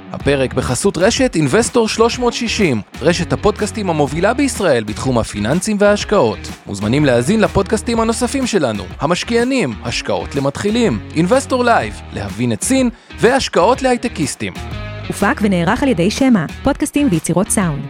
הפרק בחסות רשת Investor 360, רשת הפודקאסטים המובילה בישראל בתחום הפיננסים וההשקעות. מוזמנים להאזין לפודקאסטים הנוספים שלנו, המשקיענים, השקעות למתחילים, Investor Live, להבין את סין והשקעות להייטקיסטים. הופק ונערך על ידי שמה, פודקאסטים ויצירות סאונד.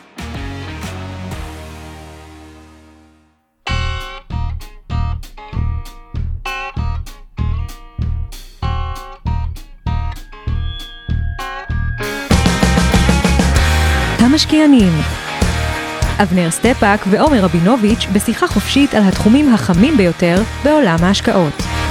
המשקיענים. אבנר סטפאק ועומר רבינוביץ' בשיחה חופשית על התחומים החמים ביותר בעולם ההשקעות.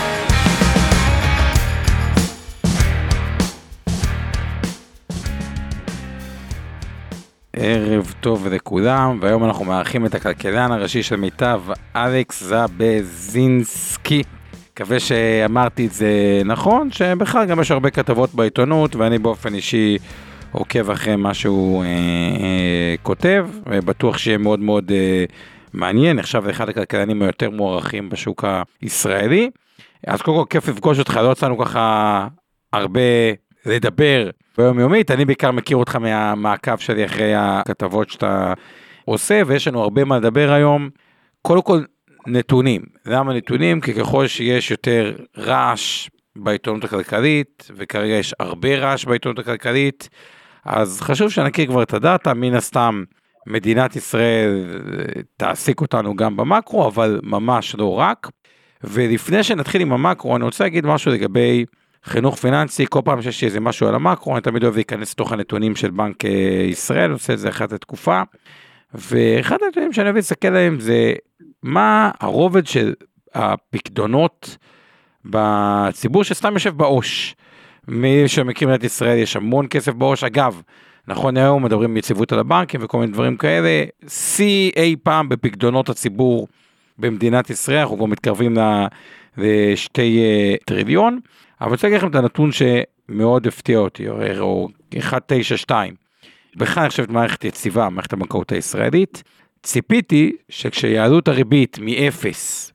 ערב טוב לכולם, והיום אנחנו מארחים את הכלכלן הראשי של מיטב, אלכס זבזינסקי. מקווה שאמרתי את זה נכון, שבכלל גם יש הרבה כתבות בעיתונות, ואני באופן אישי עוקב אחרי מה שהוא כותב, ובטוח שיהיה מאוד מאוד מעניין. עכשיו אחד הכלכלנים היותר מוערכים בשוק הישראלי. אז קודם כל כיף לפגוש אותך, לא יצאנו ככה הרבה לדבר ביום יומית. אני בעיקר מכיר אותך מהמעקב שלי אחרי הכתבות שאתה עושה, ויש לנו הרבה מה לדבר היום. קודם כל נתונים. למה נתונים? כי ככל שיש יותר רעש בעיתונות הכלכלית, וכרגע יש הרבה רעש בעיתונות הכלכלית, אז חשוב שנכיר כבר את הדאטה. מן הסתם מדינת ישראל תעסיק אותנו גם במקרו, אבל ממש לא רק. ולפני שנתחיל עם המקרו, אני רוצה להגיד משהו לגבי חינוך פיננסי. כל פעם שיש איזה משהו על המקרו, אני תמיד אוהב להיכנס לתוך הנתונים של בנק ישראל, אני עושה את זה אחת התקופה, ואחד הנתונים שאני אוהב להסתכל עליהם זה מה הרובד של הפקדונות בציבור שסתם יושב בעו"ש. מי שמכיר מדינת ישראל יש המון כסף בעו"ש. אגב, נכון היום מדברים מיציבות על הבנקים וכל מיני דברים כאלה, שיא אי פעם בפקדונות הציבור במדינת ישראל, אנחנו כבר מתקרבים ל2 טריליון, אבל צריך לכם את הנתון שמאוד הפתיע אותי, או 192, בכלל אני חושבת מערכת יציבה, מערכת הבנקאות הישראלית. ציפיתי שכשיעלו את הריבית מ-0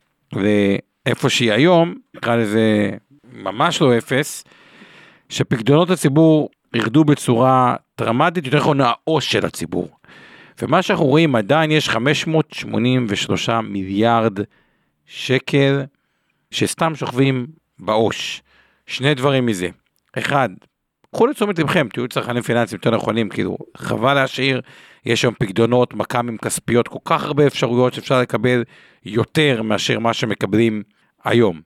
לאיפה שהיא היום, נקרא לזה ממש לא 0, שפקדונות הציבור ירדו בצורה דרמטית, יותר נכון העו"ש של הציבור. ומה שאנחנו רואים, עדיין יש 583 מיליארד שקל שסתם שוכבים בעו"ש. שני דברים מזה. אחד, קחו לתשומת לבכם, תהיו צרכנים פיננסיים יותר נכונים, כאילו חבל להשאיר, יש שם פקדונות, מקמים כספיות, כל כך הרבה אפשרויות שאפשר לקבל יותר מאשר מה שמקבלים היום.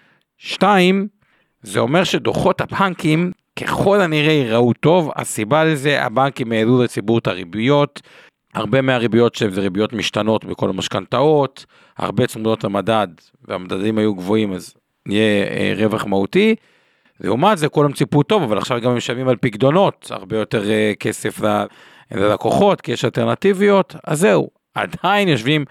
2, זה אומר שדוחות הבנקים ככל הנראה יראו טוב. הסיבה לזה, הבנקים העלו לציבור את הריביות, הרבה מהריביות שלהם זה ריביות משתנות בכל המשכנתאות, הרבה צמודות למדד, והמדדים היו גבוהים, אז יהיה רווח מהותי. לעומת זה כולם ציפו טוב, אבל עכשיו גם הם משלמים על פקדונות, הרבה יותר כסף ללקוחות, כי יש אלטרנטיביות. אז זהו, עדיין יושבים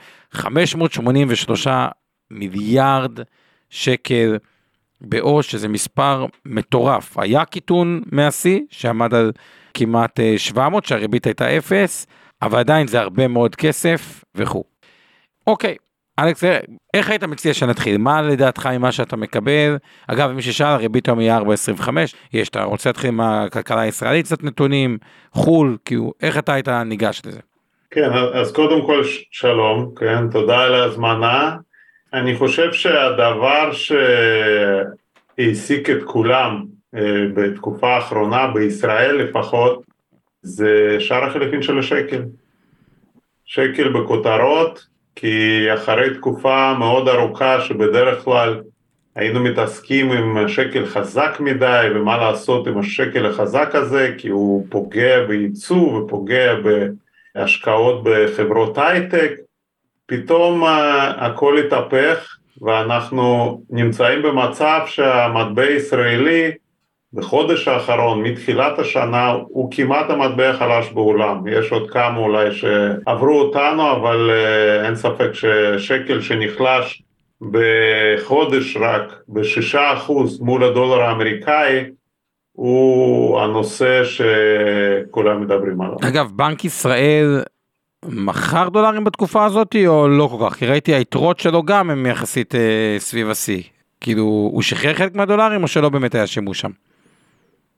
583 מיליארד שקל בעו"ש, שזה מספר מטורף. היה קיטון מהשיא, שעמד על כמעט 700, שהריבית הייתה 0, אבל עדיין זה הרבה מאוד כסף וכו'. אוקיי, אלכס, איך היית מציע שנתחיל? מה לדעתך ממה שאתה מקבל? אגב, מי ששאל, הריבית היום היא 4.25, אתה רוצה להתחיל עם הכלכלה הישראלית, קצת נתונים, חול, כאילו, איך אתה היית ניגש לזה? כן, אז קודם כל שלום, כן, תודה על ההזמנה. אני חושב שהדבר שהעסיק את כולם בתקופה האחרונה, בישראל לפחות, זה שער החליפין של השקל. שקל בכותרות, כי אחרי תקופה מאוד ארוכה שבדרך כלל היינו מתעסקים עם שקל חזק מדי, ומה לעשות עם השקל החזק הזה, כי הוא פוגע בייצוא ופוגע בהשקעות בחברות הייטק. פתאום הכל התהפך, ואנחנו נמצאים במצב שהמטבע הישראלי בחודש האחרון, מתחילת השנה, הוא כמעט המטבע החלש בעולם. יש עוד כמה אולי שעברו אותנו, אבל אין ספק ששקל שנחלש בחודש רק ב6% מול הדולר האמריקאי, הוא הנושא שכולם מדברים עליו. אגב, בנק ישראל מכר דולרים בתקופה הזאת או לא כל כך? כי ראיתי היתרות שלו גם הם יחסית סביב השיא. כאילו, הוא שחרר חלק מהדולרים או שלא באמת היה שימוש שם?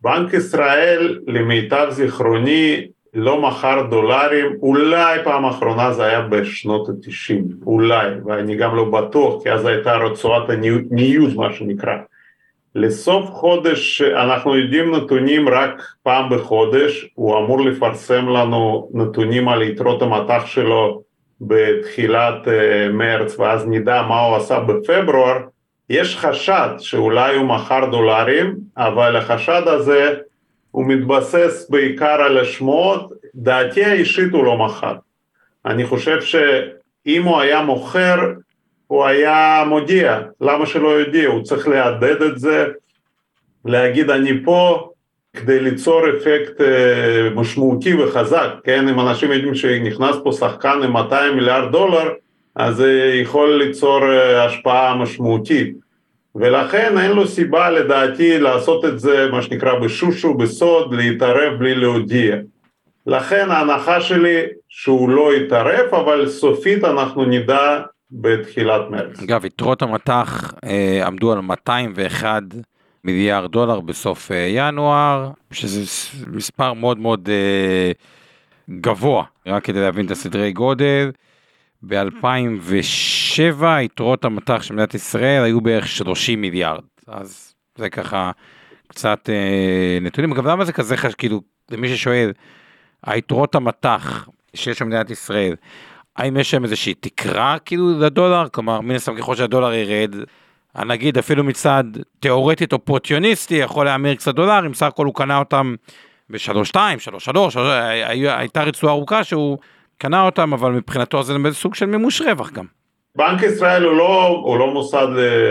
בנק ישראל, למיטב זיכרוני, לא מכר דולרים, אולי פעם האחרונה זה היה בשנות ה-90, אולי, ואני גם לא בטוח, כי אז הייתה רצועת הניוז, מה שנקרא. לסוף חודש, אנחנו יודעים נתונים רק פעם בחודש, הוא אמור לפרסם לנו נתונים על יתרות המטח שלו בתחילת מרץ, ואז נדע מה הוא עשה בפברואר. יש חשד שאולי הוא מכר דולרים, אבל החשד הזה הוא מתבסס בעיקר על השמועות, דעתי האישית הוא לא מכר. אני חושב שאם הוא היה מוכר, הוא היה מודיע, למה שלא יודיע? הוא צריך להדד את זה, להגיד אני פה, כדי ליצור אפקט משמעותי וחזק, כן? אם אנשים יודעים שנכנס פה שחקן עם 200 מיליארד דולר, אז זה יכול ליצור השפעה משמעותית. ולכן אין לו סיבה לדעתי לעשות את זה, מה שנקרא בשושו, בסוד, להתערב בלי להודיע. לכן ההנחה שלי שהוא לא יתערב, אבל סופית אנחנו נדע בתחילת מרץ. אגב, יתרות המטח עמדו על 201 מיליארד דולר בסוף ינואר, שזה מספר מאוד מאוד גבוה, רק כדי להבין את הסדרי גודל. ב-2007 יתרות המטח של מדינת ישראל היו בערך 30 מיליארד, אז זה ככה קצת נתונים. אגב, למה זה כזה כאילו, למי ששואל, היתרות המטח שיש במדינת ישראל, האם יש שם איזושהי תקרה כאילו לדולר? כלומר, מן הסתם ככל שהדולר ירד, נגיד אפילו מצד תיאורטית אופורטוניסטי, יכול להאמיר קצת דולרים, סך הכל הוא קנה אותם ב-3.2, 3.3, הייתה רצועה ארוכה שהוא קנה אותם, אבל מבחינתו זה סוג של מימוש רווח גם. בנק ישראל הוא לא מוסד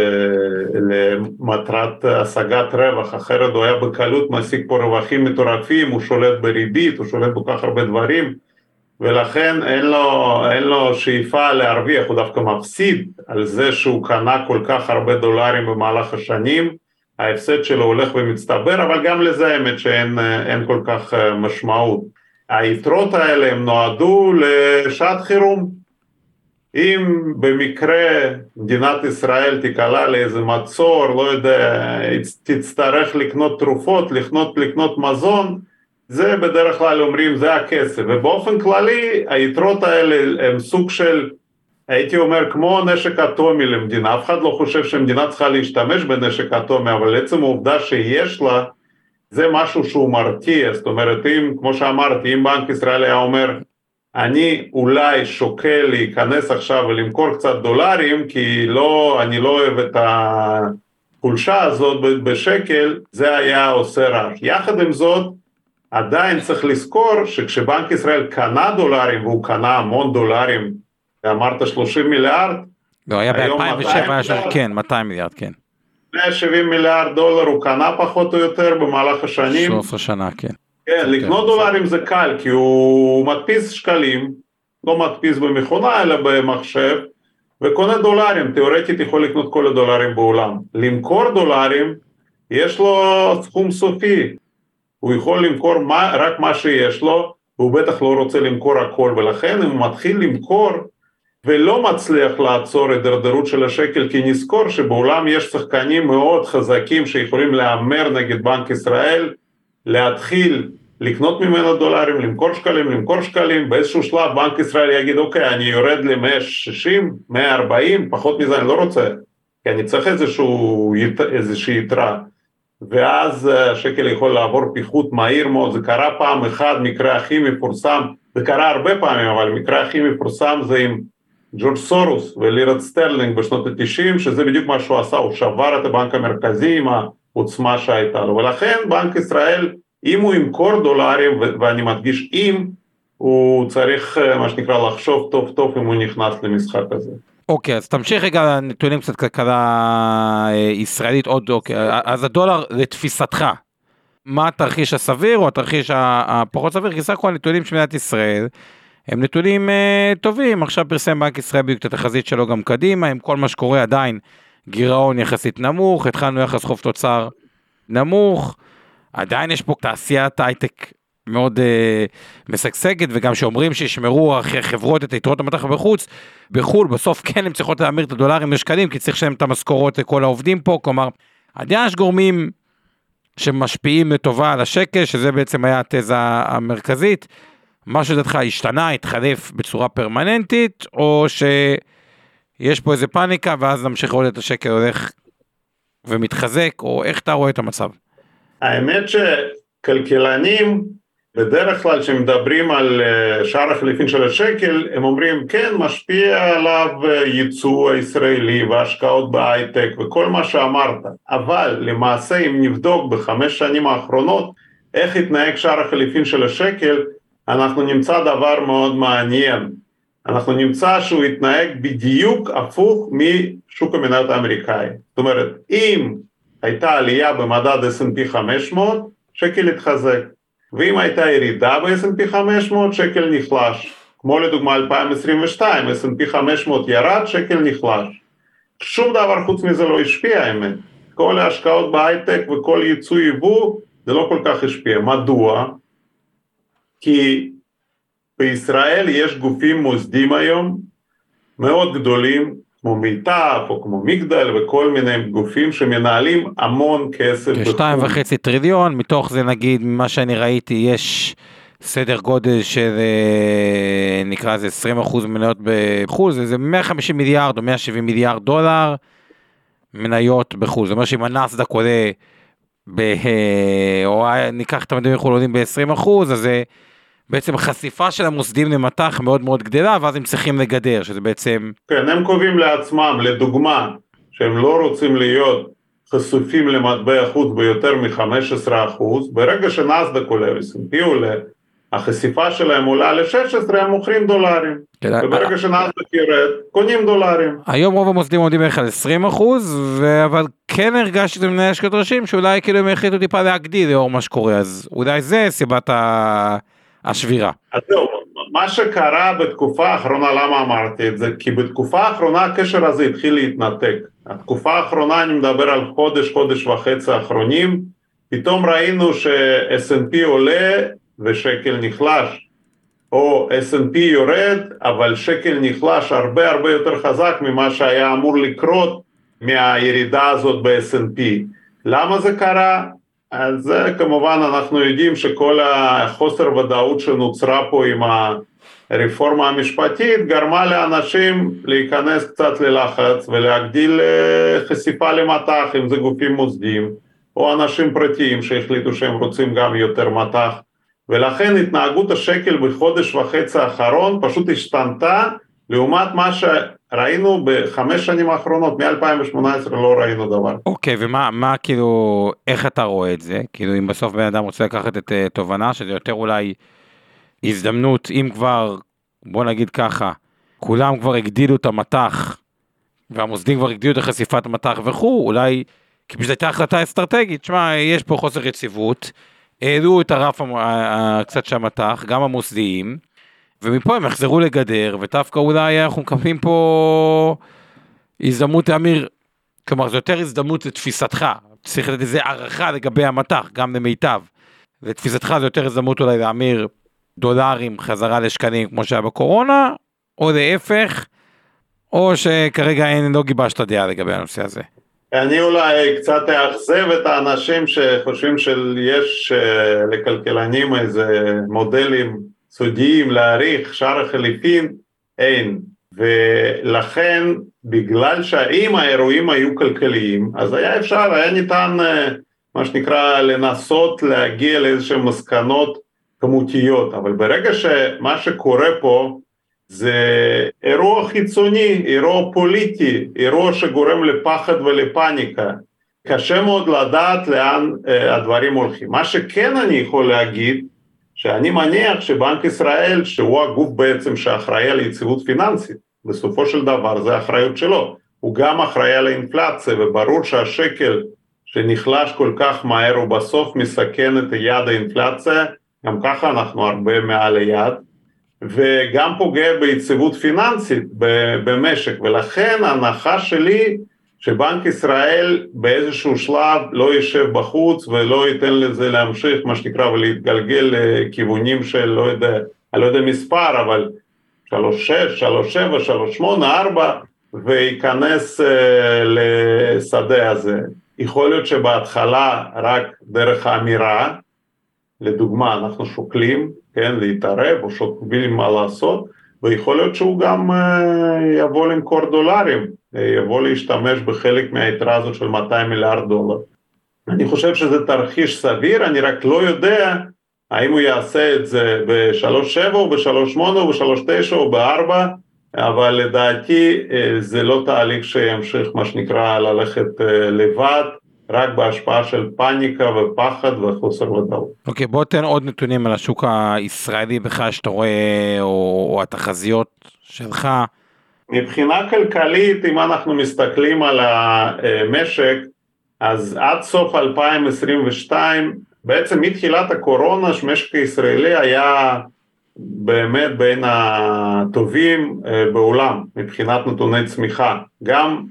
למטרת השגת רווח, אחרת הוא היה בקלות משיג פה רווחים מטורפים, הוא שולט בריבית, הוא שולט בכל כך הרבה דברים, ולכן אין לו שאיפה להרוויח, הוא דווקא מפסיד על זה שהוא קנה כל כך הרבה דולרים במהלך השנים, ההפסד שלו הולך ומצטבר, אבל גם לזה האמת שאין כל כך משמעות. היתרות האלה הם נועדו לשעת חירום. אם במקרה מדינת ישראל תיקלה לאיזה מצור, לא יודע, תצטרך לקנות תרופות, לקנות מזון, זה בדרך כלל אומרים זה הכסף, ובאופן כללי היתרות האלה הם סוג של, הייתי אומר, כמו נשק אטומי למדינה. אף אחד לא חושב שמדינה צריכה להשתמש בנשק אטומי, אבל עצם העובדה שיש לה, זה משהו שהוא מרתיע. זאת אומרת, כמו שאמרתי, אם בנק ישראל היה אומר, אני אולי שוקל להיכנס עכשיו ולמכור קצת דולרים, כי אני לא אוהב את החולשה הזאת בשקל, זה היה עושה רעש. יחד עם זאת, עדיין צריך לזכור שכשבנק ישראל קנה דולרים, והוא קנה המון דולרים, אמרת 30 מיליארד, לא, היה ב-2007, כן, 200 מיליארד, כן. 170 מיליארד דולר הוא קנה פחות או יותר במהלך השנים. 13 שנה, כן. כן, לקנות דולרים זה קל, כי הוא מדפיס שקלים, לא מדפיס במכונה, אלא במחשב, וקונה דולרים, תיאורטית יכול לקנות כל הדולרים בעולם. למכור דולרים, יש לו סכום סופי, הוא יכול למכור רק מה שיש לו, והוא בטח לא רוצה למכור הכל, ולכן אם הוא מתחיל למכור, ולא מצליח לעצור את דרדרות של השקל, כי נזכור שבעולם יש שחקנים מאוד חזקים, שיכולים לאמר נגד בנק ישראל, להתחיל לקנות ממנו דולרים, למכור שקלים, באיזשהו שלב בנק ישראל יגיד, אוקיי, אני יורד ל-160, 140, פחות מזה אני לא רוצה, כי אני צריך איזושהי יתרה, ואז השקל יכול לעבור פיחות מהיר מאוד. זה קרה פעם אחד, מקרה הכי מפורסם, זה קרה הרבה פעמים, אבל מקרה הכי מפורסם זה עם ג'ורג' סורוס ולירד סטרלינג בשנות ה-90, שזה בדיוק מה שהוא עשה, הוא שבר את הבנק המרכזי עם העוצמה שהייתה לו, ולכן בנק ישראל, אם הוא ימכור דולרים, ואני מדגיש אם, הוא צריך מה שנקרא לחשוב טוב טוב אם הוא נכנס למשחק הזה. אוקיי, אז תמשיך רגע נתונים קצת כלכלה ישראלית עוד, אוקיי, אז הדולר לתפיסתך, מה התרחיש הסביר או התרחיש הפחות סביר? כי סך הכל הנתונים של מדינת ישראל, הם נתונים טובים. עכשיו פרסם בנק ישראל בדיוק את התחזית שלו גם קדימה, עם כל מה שקורה עדיין גירעון יחסית נמוך, התחלנו יחס חוב תוצר נמוך, עדיין יש פה תעשיית הייטק מאוד משגשגת, וגם שאומרים שישמרו חברות את היתרות המטח בחו"ל, בסוף כן הם צריכות להמיר את הדולרים לשקלים, כי צריך לשלם את המשכורות לכל העובדים פה, כלומר, עדיין יש גורמים שמשפיעים לטובה על השקל, שזה בעצם היה התזה המרכזית, מה שדעתך השתנה, התחלף בצורה פרמננטית, או שיש פה איזה פאניקה, ואז נמשיך לראות את השקל הולך ומתחזק, או איך אתה רואה את המצב? האמת שכלכלנים, בדרך כלל שמדברים על שער החליפין של השקל, הם אומרים כן, משפיע עליו ייצוא הישראלי והשקעות בהייטק וכל מה שאמרת, אבל למעשה אם נבדוק ב5 שנים האחרונות, איך התנהג שער החליפין של השקל, אנחנו נמצא דבר מאוד מעניין. אנחנו נמצא שהוא התנהג בדיוק הפוך משוק המניות האמריקאי. זאת אומרת, אם הייתה עלייה במדד S&P 500, שקל התחזק. ואם הייתה ירידה ב-S&P 500, שקל נחלש. כמו לדוגמה 2022, S&P 500 ירד, שקל נחלש. שום דבר חוץ מזה לא השפיע, האמת. כל ההשקעות בהייטק וכל ייצוא ייבוא, זה לא כל כך השפיע. מדוע? כי בישראל יש גופים מוסדיים היום, מאוד גדולים, כמו מיטב או כמו מגדל וכל מיני גופים שמנהלים המון כסף. 2.5 טריליון, מתוך זה נגיד, ממה שאני ראיתי, יש סדר גודל של נקרא זה 20% מניות בחו"ל, זה 150 מיליארד או 170 מיליארד דולר מניות בחו"ל. זאת אומרת שאם הנסדק עולה, או ניקח את המדעים בחו"ל עולים ב-20%, אז זה בעצם חשיפה של המוסדים למתח מאוד מאוד גדלה, ואז הם צריכים לגדר, שזה בעצם... כן, הם קובעים לעצמם, לדוגמה, שהם לא רוצים להיות חשופים למטבע חוץ ביותר מ-15%, ברגע שנסדק עולה, S&P עולה, החשיפה שלהם עולה ל-16, הם מוכרים דולרים, וברגע שנסדק ירד, קונים דולרים. היום רוב המוסדים עומדים בערך על 20%, אבל כן הרגשתי את מנהל השקעות ראשיים, שאולי כאילו הם החליטו טיפה להגדיל לאור מה שקורה, אז אולי זה סיבת השבירה. אז זהו, מה שקרה בתקופה האחרונה, למה אמרתי את זה? כי בתקופה האחרונה הקשר הזה התחיל להתנתק. התקופה האחרונה, אני מדבר על חודש וחצי האחרונים, פתאום ראינו ש-S&P עולה ושקל נחלש, או S&P יורד, אבל שקל נחלש הרבה הרבה יותר חזק ממה שהיה אמור לקרות מהירידה הזאת ב-S&P. למה זה קרה? אז כמובן אנחנו יודעים שכל החוסר ודאות שנוצרה פה עם הרפורמה המשפטית גרמה לאנשים להיכנס קצת ללחץ ולהגדיל חשיפה למתח, אם זה גופים מוסדיים או אנשים פרטיים שהחליטו שהם רוצים גם יותר מתח, ולכן התנהגות השקל בחודש וחצי האחרון פשוט השתנתה לעומת מה שראינו ב5 שנים האחרונות, מ-2018 לא ראינו דבר. אוקיי, ומה כאילו, איך אתה רואה את זה? כאילו אם בסוף בן אדם רוצה לקחת את תובנה, שזה יותר אולי הזדמנות, אם כבר, בוא נגיד ככה, כולם כבר הגדילו את המתח, והמוסדים כבר הגדילו את החשיפת המתח וכו', אולי, כי פשוט הייתה החלטה אסטרטגית, שמה, יש פה חוסר יציבות, העלו את הרף קצת של המתח, גם המוסדיים, ומפה הם יחזרו לגדר, ודווקא אולי אנחנו מקבלים פה הזדמנות להמיר, כלומר זו יותר הזדמנות לתפיסתך, צריך לתת איזה הערכה לגבי המתח, גם למיטב, לתפיסתך זו יותר הזדמנות אולי להמיר דולרים חזרה לשקלים כמו שהיה בקורונה, או להפך, או שכרגע לא גיבשת דעה לגבי הנושא הזה. אני אולי קצת אאכזב את האנשים שחושבים שיש לכלכלנים איזה מודלים סודיים להעריך שער החליפין, אין. ולכן בגלל שאם האירועים היו כלכליים, אז היה אפשר, היה ניתן מה שנקרא לנסות להגיע לאיזשהם מסקנות כמותיות, אבל ברגע שמה שקורה פה זה אירוע חיצוני, אירוע פוליטי, אירוע שגורם לפחד ולפניקה, קשה מאוד לדעת לאן הדברים הולכים. מה שכן אני יכול להגיד, שאני מניח שבנק ישראל, שהוא הגוף בעצם שאחראי על יציבות פיננסית, בסופו של דבר זה האחריות שלו, הוא גם אחראי על האינפלציה, וברור שהשקל שנחלש כל כך מהר הוא בסוף מסכן את יעד האינפלציה, גם ככה אנחנו הרבה מעל היעד, וגם פוגע ביציבות פיננסית במשק, ולכן ההנחה שלי שבנק ישראל באיזשהו שלב לא יישב בחוץ ולא ייתן לזה להמשיך מה שנקרא ולהתגלגל לכיוונים של לא יודע מספר, אבל 3.6, 3.7, 3.8, 4 וייכנס לשדה הזה. יכול להיות שבהתחלה רק דרך האמירה, לדוגמה אנחנו שוקלים, כן, להתערב או שוקלים מה לעשות, ויכול להיות שהוא גם יבוא למכור דולרים, יבוא להשתמש בחלק מהיתרה הזאת של 200 מיליארד דולר. אני חושב שזה תרחיש סביר, אני רק לא יודע האם הוא יעשה את זה ב-3.7 או ב-3.8 או ב-3.9 או ב-4, אבל לדעתי זה לא תהליך שימשיך מה שנקרא ללכת לבד, רק בהשפעה של פאניקה ופחד וחוסר ודאות. אוקיי, בוא תן עוד נתונים על השוק הישראלי בכלל שאתה רואה, או התחזיות שלך. מבחינה כלכלית, אם אנחנו מסתכלים על המשק, אז עד סוף 2022, בעצם מתחילת הקורונה, שמשק הישראלי היה באמת בין הטובים בעולם, מבחינת נתוני צמיחה. גם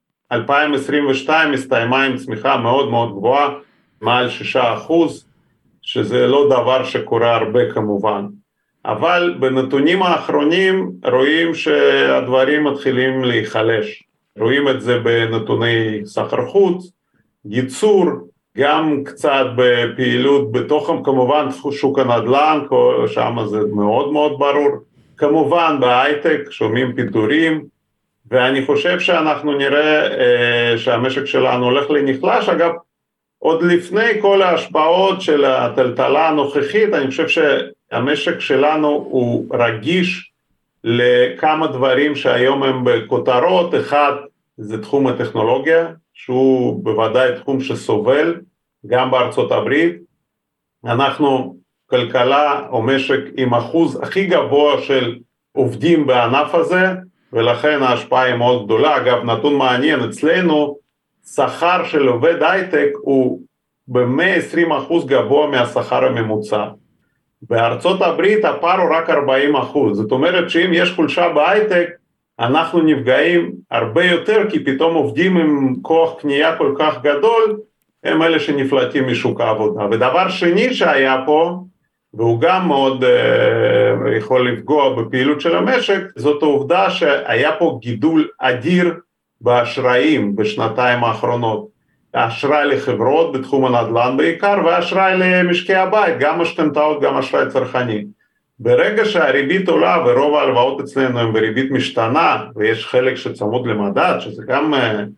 2022 הסתיימה עם צמיחה מאוד מאוד גבוהה, מעל 6%, שזה לא דבר שקורה הרבה כמובן. אבל בנתונים האחרונים רואים שהדברים מתחילים להיחלש. רואים את זה בנתוני סחר חוץ, ייצור, גם קצת בפעילות בתוכם, כמובן שוק הנדל"ן, שם זה מאוד מאוד ברור. כמובן בהייטק שומעים פיטורים, ואני חושב שאנחנו נראה שהמשק שלנו הולך לנחלש. אגב, עוד לפני כל ההשפעות של הטלטלה הנוכחית, אני חושב שהמשק שלנו הוא רגיש לכמה דברים שהיום הם בכותרות. אחד, זה תחום הטכנולוגיה, שהוא בוודאי תחום שסובל, גם בארצות הברית. אנחנו כלכלה או משק עם אחוז הכי גבוה של עובדים בענף הזה, ולכן ההשפעה היא מאוד גדולה. אגב, נתון מעניין, אצלנו שכר של עובד הייטק הוא ב-120% גבוה מהשכר הממוצע. בארצות הברית הפער הוא רק 40%, זאת אומרת שאם יש חולשה בהייטק, אנחנו נפגעים הרבה יותר, כי פתאום עובדים עם כוח קנייה כל כך גדול, הם אלה שנפלטים משוק העבודה. ודבר שני שהיה פה, והוא גם מאוד יכול לפגוע בפעילות של המשק, זאת העובדה שהיה פה גידול אדיר באשראים בשנתיים האחרונות. האשראי לחברות בתחום הנדל"ן בעיקר, והאשראי למשקי הבית, גם משכנתאות, גם אשראי צרכני. ברגע שהריבית עולה, ורוב ההלוואות אצלנו הם בריבית משתנה, ויש חלק שצמוד למדד, שזה גם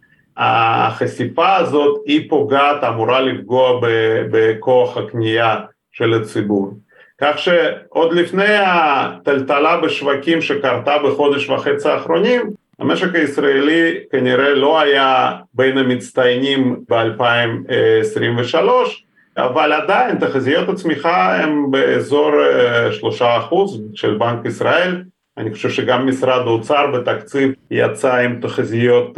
החשיפה הזאת, היא פוגעת, אמורה לפגוע בכוח הקנייה של הציבור. כך שעוד לפני הטלטלה בשווקים שקרתה בחודש וחצי האחרונים, המשק הישראלי כנראה לא היה בין המצטיינים ב-2023, אבל עדיין תחזיות הצמיחה הם באזור 3% של בנק ישראל. אני חושב שגם משרד האוצר בתקציב יצא עם תחזיות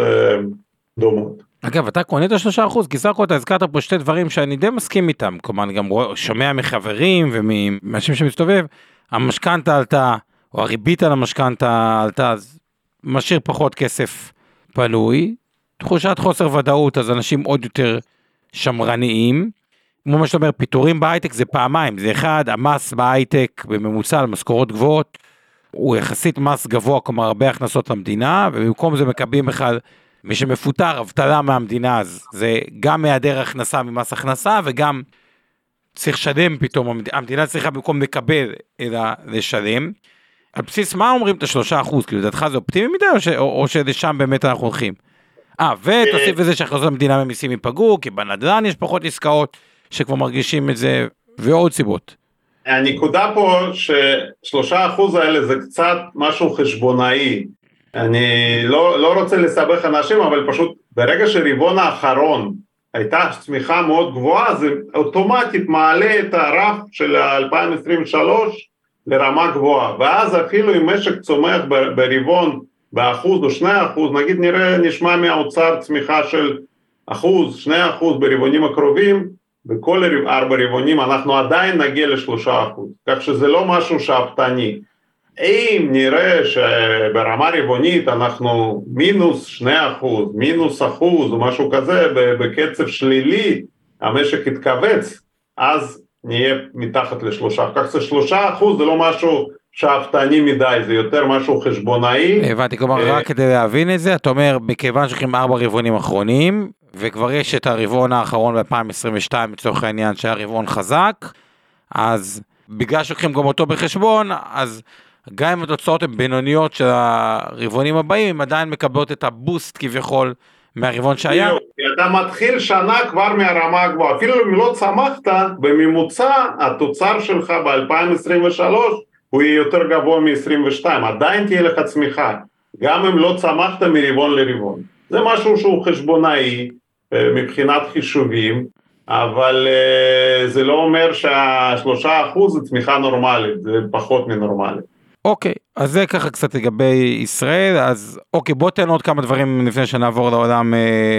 דומות. אגב, אתה קונה את ה3%, כי סך הכל אתה הזכרת פה שתי דברים שאני די מסכים איתם, כלומר אני גם שומע מחברים ומאנשים שמסתובב, המשכנתה עלתה, או הריבית על המשכנתה עלתה, אז משאיר פחות כסף פנוי, תחושת חוסר ודאות, אז אנשים עוד יותר שמרניים, כמו מה שאתה אומר, פיטורים בהייטק זה פעמיים, זה אחד, המס בהייטק בממוצע על משכורות גבוהות, הוא יחסית מס גבוה, כלומר הרבה הכנסות למדינה, ובמקום זה מקבלים בכלל, מי שמפוטר, אבטלה מהמדינה, אז זה גם מהיעדר הכנסה ממס הכנסה, וגם צריך לשלם פתאום, המדינה צריכה במקום לקבל, אלא לשלם. על בסיס מה אומרים את ה3%? כי לדעתך זה אופטימי מדי, או שלשם באמת אנחנו הולכים? ותוסיף לזה שהכנסות המדינה ממיסים ייפגעו, כי בנדל"ן יש פחות עסקאות, שכבר מרגישים את זה, ועוד סיבות. הנקודה פה, ש3% האלה זה קצת משהו חשבונאי, אני לא רוצה לסבך אנשים, אבל פשוט ברגע שרבעון האחרון הייתה צמיחה מאוד גבוהה, זה אוטומטית מעלה את הרף של 2023 לרמה גבוהה, ואז אפילו אם משק צומח ברבעון באחוז או 2%, נגיד נשמע מהאוצר צמיחה של 1%, 2% ברבעונים הקרובים, בכל 4 רבעונים אנחנו עדיין נגיע ל3%, כך שזה לא משהו שאפתני. אם נראה שברמה רבעונית אנחנו מינוס 2%, מינוס 1% או משהו כזה, בקצב שלילי, המשק יתכווץ, אז נהיה מתחת ל3%. כך ש3% זה לא משהו שאפתני מדי, זה יותר משהו חשבונאי. הבנתי, כלומר רק כדי להבין את זה, אתה אומר, מכיוון שכם 4 רבעונים אחרונים, וכבר יש את הרבעון האחרון ב-2022, לצורך העניין שהיה רבעון חזק, אז בגלל שלוקחים גם אותו בחשבון, אז גם אם התוצאות הן בינוניות של הרבעונים הבאים, הם עדיין מקבלות את הבוסט כביכול מהרבעון שהיה. אתה מתחיל שנה כבר מהרמה הגבוהה, אפילו אם לא צמחת, בממוצע התוצר שלך ב-2023 הוא יהיה יותר גבוה מ-22, עדיין תהיה לך צמיחה, גם אם לא צמחת מרבעון לרבעון. זה משהו שהוא חשבונאי מבחינת חישובים, אבל זה לא אומר שה3% זה צמיחה נורמלית, זה פחות מנורמלית. אוקיי, אז זה ככה קצת לגבי ישראל, אז אוקיי, בוא תן עוד כמה דברים לפני שנעבור לעולם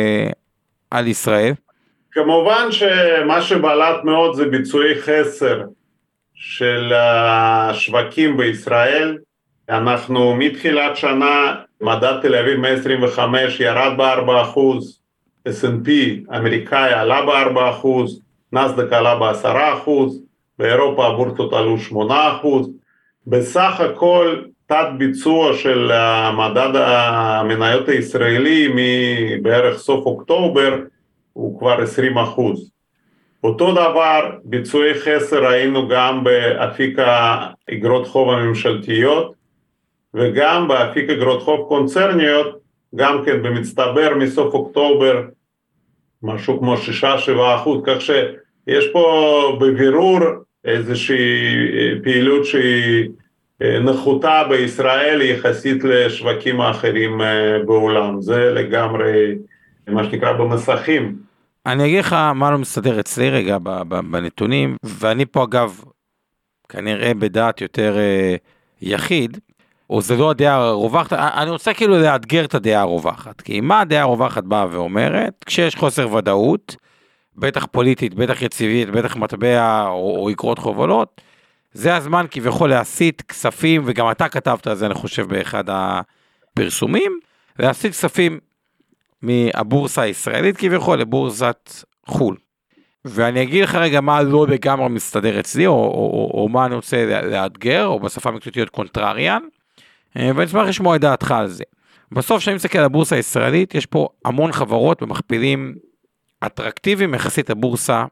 על ישראל. כמובן שמה שבלט מאוד זה ביצועי חסר של השווקים בישראל, אנחנו מתחילת שנה, מדד תל אביב 125 ירד ב4%, S&P אמריקאי עלה ב4%, נסדק עלה ב10%, באירופה הבורסות עלו 8%, בסך הכל תת ביצוע של מדד המניות הישראלי מבערך סוף אוקטובר הוא כבר 20%. אותו דבר ביצועי חסר ראינו גם באפיק האגרות חוב הממשלתיות וגם באפיק אגרות חוב קונצרניות, גם כן במצטבר מסוף אוקטובר משהו כמו 6-7%, כך שיש פה בבירור איזושהי פעילות שהיא נחותה בישראל יחסית לשווקים האחרים בעולם, זה לגמרי מה שנקרא במסכים. אני אגיד לך מה לא מסתדר אצלי רגע בנתונים, ואני פה אגב כנראה בדעת יותר יחיד, או זה לא הדעה הרווחת, אני רוצה כאילו לאתגר את הדעה הרווחת, כי מה הדעה הרווחת באה ואומרת, כשיש חוסר ודאות, בטח פוליטית, בטח יציבית, בטח מטבע או אגרות חוב עולות, זה הזמן כביכול להסיט כספים, וגם אתה כתבת על זה אני חושב באחד הפרסומים, להסיט כספים מהבורסה הישראלית כביכול לבורסת חול. ואני אגיד לך רגע מה לא לגמרי מסתדר אצלי, או מה אני רוצה לאתגר, או בשפה המקצועית להיות קונטרריאן, ואני אשמח לשמוע את דעתך על זה. בסוף כשאני מסתכל על הבורסה הישראלית, יש פה המון חברות במכפילים אטרקטיביים יחסית לבורסה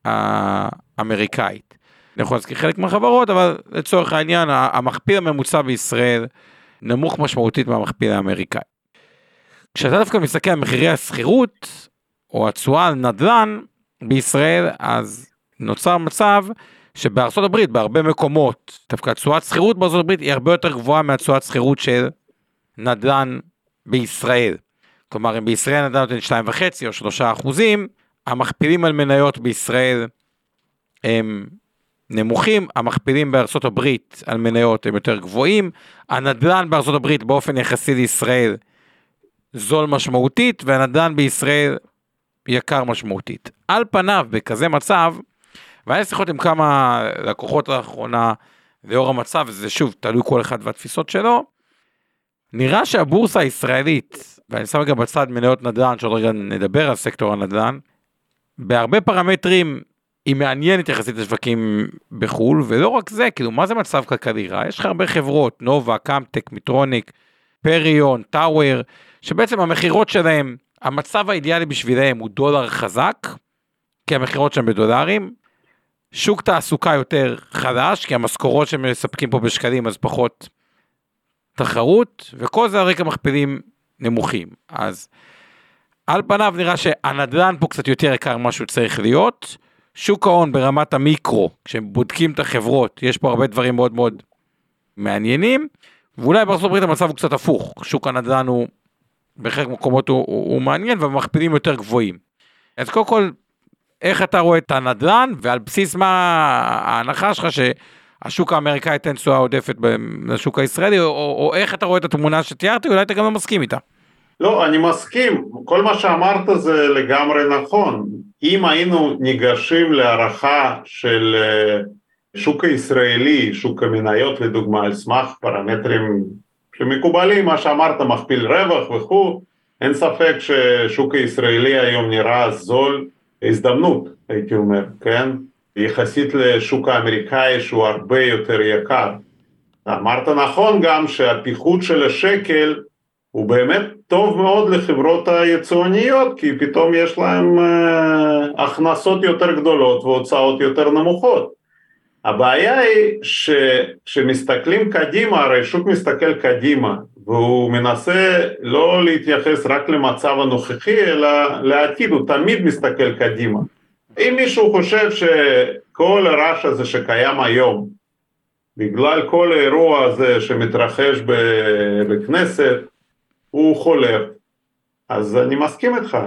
האמריקאית. אני יכול להזכיר חלק מהחברות, אבל לצורך העניין, המכפיל הממוצע בישראל נמוך משמעותית מהמכפיל האמריקאי. כשאתה דווקא מסתכל על מחירי הסחירות, או התשואה על נדל"ן בישראל, אז נוצר מצב שבארצות הברית, בהרבה מקומות, דווקא תשואת סחירות בארצות הברית היא הרבה יותר גבוהה מהתשואת סחירות של נדל"ן בישראל. כלומר, אם בישראל נדל"ן נותן 2.5 או 3%, המכפילים על מניות בישראל הם נמוכים, המכפילים בארצות הברית על מניות הם יותר גבוהים, הנדל"ן בארצות הברית באופן יחסי לישראל זול משמעותית, והנדל"ן בישראל יקר משמעותית. על פניו, בכזה מצב, ואני שיחות עם כמה לקוחות לאחרונה, לאור המצב, וזה שוב, תלוי כל אחד והתפיסות שלו, נראה שהבורסה הישראלית, ואני שם גם בצד מניות נדל"ן, שעוד רגע נדבר על סקטור הנדל"ן, בהרבה פרמטרים היא מעניינת יחסית לשווקים בחול, ולא רק זה, כאילו, מה זה מצב כלכלי רע? יש לך הרבה חברות, נובה, קמטק, מיטרוניק, פריון, טאוור, שבעצם המחירות שלהם, המצב האידיאלי בשבילהם הוא דולר חזק, כי המחירות שם בדולרים, שוק תעסוקה יותר חדש, כי המשכורות שהם מספקים פה בשקלים, אז פחות תחרות, וכל זה הרקע מכפילים נמוכים. אז על פניו נראה שהנדל"ן פה קצת יותר יקר מה שהוא צריך להיות, שוק ההון ברמת המיקרו, כשהם בודקים את החברות, יש פה הרבה דברים מאוד מאוד מעניינים, ואולי בארצות הברית המצב הוא קצת הפוך, שוק הנדל"ן הוא בחלק מקומות הוא מעניין, ובמכפילים יותר גבוהים. אז קודם כל, איך אתה רואה את הנדל"ן, ועל בסיס מה ההנחה שלך שהשוק האמריקאי ייתן תשואה עודפת לשוק הישראלי, או איך אתה רואה את התמונה שתיארתי, אולי אתה גם לא מסכים איתה. לא, אני מסכים, כל מה שאמרת זה לגמרי נכון. אם היינו ניגשים להערכה של שוק הישראלי, שוק המניות לדוגמה, על סמך פרמטרים שמקובלים, מה שאמרת, מכפיל רווח וכו', אין ספק ששוק הישראלי היום נראה זול, הזדמנות, הייתי אומר, כן? יחסית לשוק האמריקאי שהוא הרבה יותר יקר. אמרת נכון גם שהפיחות של השקל הוא באמת טוב מאוד לחברות היצואניות, כי פתאום יש להם הכנסות יותר גדולות והוצאות יותר נמוכות. הבעיה היא שכשמסתכלים קדימה, הרי שוק מסתכל קדימה, והוא מנסה לא להתייחס רק למצב הנוכחי, אלא לעתיד, הוא תמיד מסתכל קדימה. אם מישהו חושב שכל הרעש הזה שקיים היום, בגלל כל האירוע הזה שמתרחש בכנסת, הוא חולף, אז אני מסכים איתך.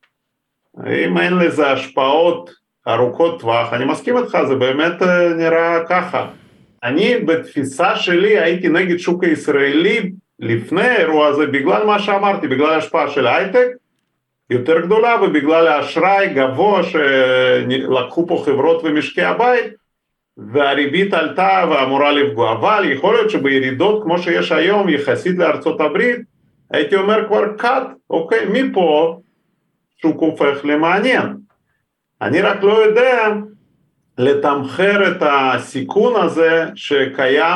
אם אין לזה השפעות ארוכות טווח, אני מסכים איתך, זה באמת נראה ככה. אני בתפיסה שלי הייתי נגד שוק הישראלי לפני האירוע הזה, בגלל מה שאמרתי, בגלל ההשפעה של הייטק יותר גדולה, ובגלל האשראי גבוה שלקחו פה חברות ומשקי הבית, והריבית עלתה ואמורה לפגוע. אבל יכול להיות שבירידות כמו שיש היום יחסית לארצות הברית, הייתי אומר כבר קאט, אוקיי, מפה שוק הופך למעניין. אני רק לא יודע לתמחר את הסיכון הזה שקיים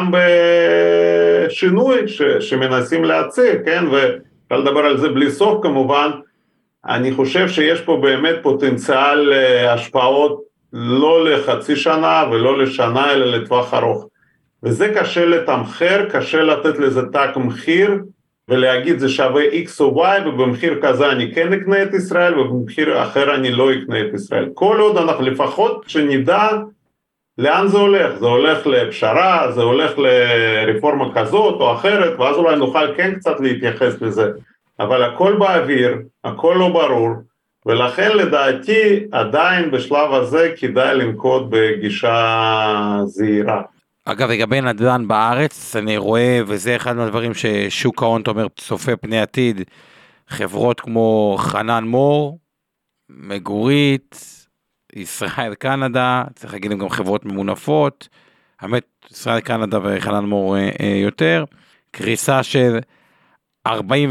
בשינוי שמנסים להציג, כן? ואפשר לדבר על זה בלי סוף כמובן. אני חושב שיש פה באמת פוטנציאל השפעות לא לחצי שנה ולא לשנה אלא לטווח ארוך. וזה קשה לתמחר, קשה לתת לזה תג מחיר, ולהגיד זה שווה X או Y, ובמחיר כזה אני כן אקנה את ישראל, ובמחיר אחר אני לא אקנה את ישראל. כל עוד אנחנו לפחות שנדע לאן זה הולך. זה הולך לפשרה, זה הולך לרפורמה כזאת או אחרת, ואז אולי נוכל כן קצת להתייחס לזה. אבל הכל באוויר, הכל לא ברור, ולכן לדעתי עדיין בשלב הזה כדאי לנקוט בגישה זהירה. אגב, לגבי נדל"ן בארץ, אני רואה, וזה אחד מהדברים ששוק ההון אומר, צופה פני עתיד, חברות כמו חנן מור, מגורית, ישראל קנדה, צריך להגיד גם חברות ממונפות, האמת, ישראל קנדה וחנן מור יותר, קריסה של 42%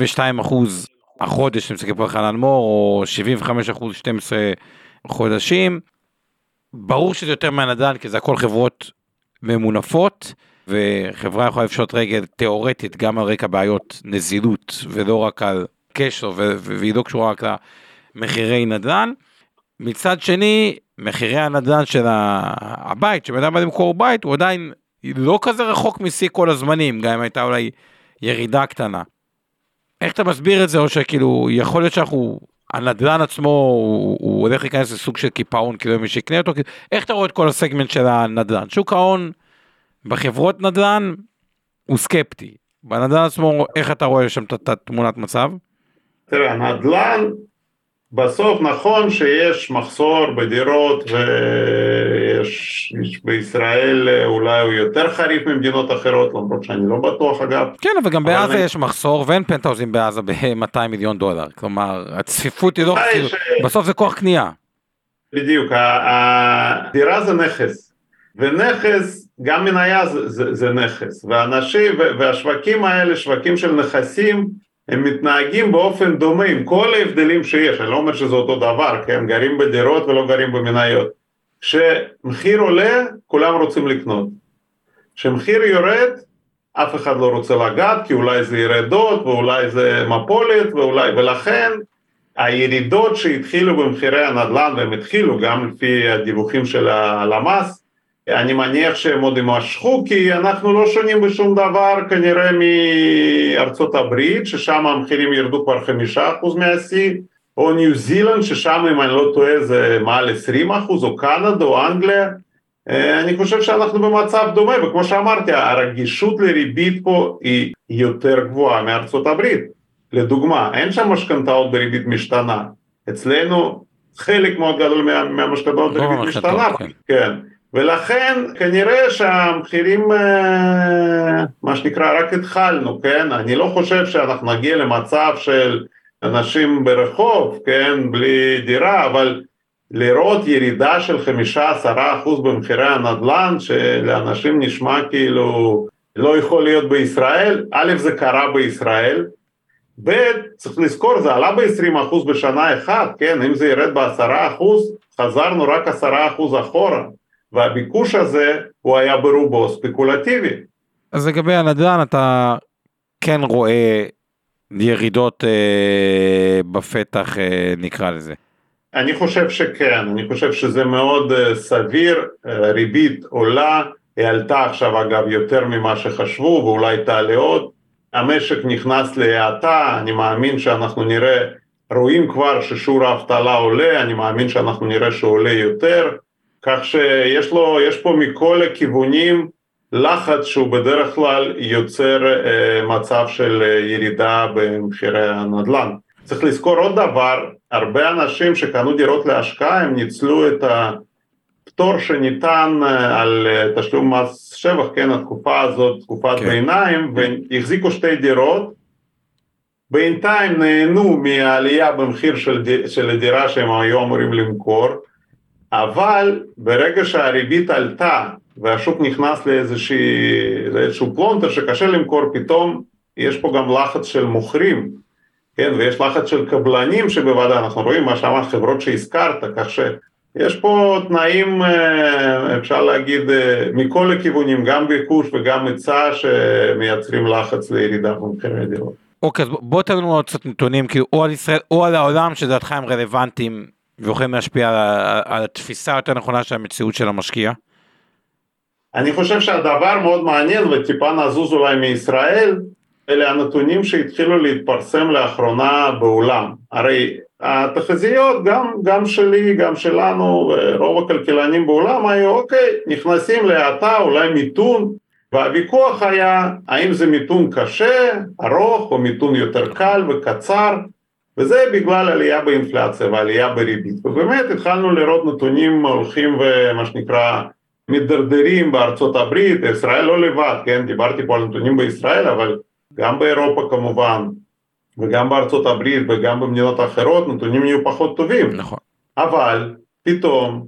החודש, שמסתכל פה על חנן מור, או 75% 12 חודשים, ברור שזה יותר מהנדל"ן, כי זה הכל חברות ממונפות, וחברה יכולה לפשוט רגל תיאורטית גם על רקע בעיות נזילות, ולא רק על קשר, והיא לא קשורה רק למחירי נדל"ן. מצד שני, מחירי הנדל"ן של הבית, שבן אדם למכור בית, הוא עדיין לא כזה רחוק משיא כל הזמנים, גם אם הייתה אולי ירידה קטנה. איך אתה מסביר את זה, או שכאילו, יכול להיות שאנחנו, הנדל"ן עצמו, הוא הולך להיכנס לסוג של קיפאון, כאילו מי שיקנה אותו, איך אתה רואה את כל הסגמנט של הנדל"ן? שוק ההון, בחברות נדל"ן, הוא סקפטי. בנדל"ן עצמו, איך אתה רואה שם את תמונת מצב? תראה, הנדל"ן, בסוף נכון שיש מחסור בדירות, ויש בישראל אולי הוא יותר חריף ממדינות אחרות, למרות שאני לא בטוח אגב. כן, אבל גם בעזה יש מחסור, ואין פנטהאוזים בעזה ב$200 מיליון. כלומר, הצפיפות היא לא, בסוף זה כוח קנייה. בדיוק, הדירה זה נכס, ונכס, גם מניה זה נכס, ואנשים, והשווקים האלה, שווקים של נכסים, הם מתנהגים באופן דומה עם כל ההבדלים שיש. אני לא אומר שזה אותו דבר, כי הם גרים בדירות ולא גרים במניות. כשמחיר עולה, כולם רוצים לקנות. כשמחיר יורד, אף אחד לא רוצה לגעת, כי אולי זה ירדות, ואולי זה מפולת, ולכן הירידות שהתחילו במחירי הנדל"ן, והם התחילו גם לפי הדיווחים של הלמ"ס, אני מניח שהם עוד ימשכו, כי אנחנו לא שונים בשום דבר, כנראה מארצות הברית, ששם המחירים ירדו כבר 5% מהשיא, או ניו זילנד, ששם אם אני לא טועה זה מעל 20%, או קנדה או אנגליה. אני חושב שאנחנו במצב דומה, וכמו שאמרתי, הרגישות לריבית פה היא יותר גבוהה מארצות הברית. לדוגמה, אין שם משכנתאות בריבית משתנה. אצלנו חלק מאוד גדול מהמשכנתאות בריבית משתנה. כן. ולכן כנראה שהמחירים, מה שנקרא, רק התחלנו, כן? אני לא חושב שאנחנו נגיע למצב של אנשים ברחוב, כן? בלי דירה, אבל לראות ירידה של 5-10% במחירי הנדל"ן, שלאנשים נשמע כאילו לא יכול להיות בישראל. א', זה קרה בישראל, ב', צריך לזכור, זה עלה ב-20% בשנה אחת, כן? אם זה ירד ב10%, חזרנו רק 10% אחורה. והביקוש הזה הוא היה ברובו ספקולטיבי. אז לגבי הנדל"ן אתה כן רואה ירידות בפתח נקרא לזה. אני חושב שכן, אני חושב שזה מאוד סביר, ריבית עולה, היא עלתה עכשיו אגב יותר ממה שחשבו ואולי תעלה עוד, המשק נכנס להאטה, אני מאמין שאנחנו נראה, רואים כבר ששיעור האבטלה עולה, אני מאמין שאנחנו נראה שעולה יותר, כך שיש פה מכל הכיוונים לחץ שהוא בדרך כלל יוצר מצב של ירידה במחירי הנדל"ן. צריך לזכור עוד דבר, הרבה אנשים שקנו דירות להשקעה הם ניצלו את הפטור שניתן על תשלום מס שבח, כן, התקופה הזאת, תקופת ביניים, והחזיקו שתי דירות, בינתיים נהנו מהעלייה במחיר של הדירה שהם היו אמורים למכור, אבל ברגע שהריבית עלתה והשוק נכנס לאיזשהו פלונטר שקשה למכור, פתאום יש פה גם לחץ של מוכרים, כן, ויש לחץ של קבלנים שבוודאי אנחנו רואים מה שם חברות שהזכרת, כך שיש פה תנאים, אפשר להגיד, מכל הכיוונים, גם ביקוש וגם היצע שמייצרים לחץ לירידה במחירי הדירות. אוקיי, אז בוא תן לנו עוד קצת נתונים, כאילו, או על ישראל או על העולם, שדעתך הם רלוונטיים ויכולים להשפיע על התפיסה יותר נכונה של המציאות של המשקיע. אני חושב שהדבר מאוד מעניין, וטיפה נזוז אולי מישראל, אלה הנתונים שהתחילו להתפרסם לאחרונה בעולם. הרי התחזיות, גם שלי, גם שלנו, רוב הכלכלנים בעולם היו, אוקיי, נכנסים להאטה, אולי מיתון, והוויכוח היה, האם זה מיתון קשה, ארוך, או מיתון יותר קל וקצר, וזה בגלל עלייה באינפלציה ועלייה בריבית. ובאמת התחלנו לראות נתונים הולכים ומה שנקרא, מדרדרים בארצות הברית, ישראל לא לבד, כן, דיברתי פה על נתונים בישראל, אבל גם באירופה כמובן, וגם בארצות הברית וגם במדינות אחרות, נתונים יהיו פחות טובים. נכון. אבל פתאום,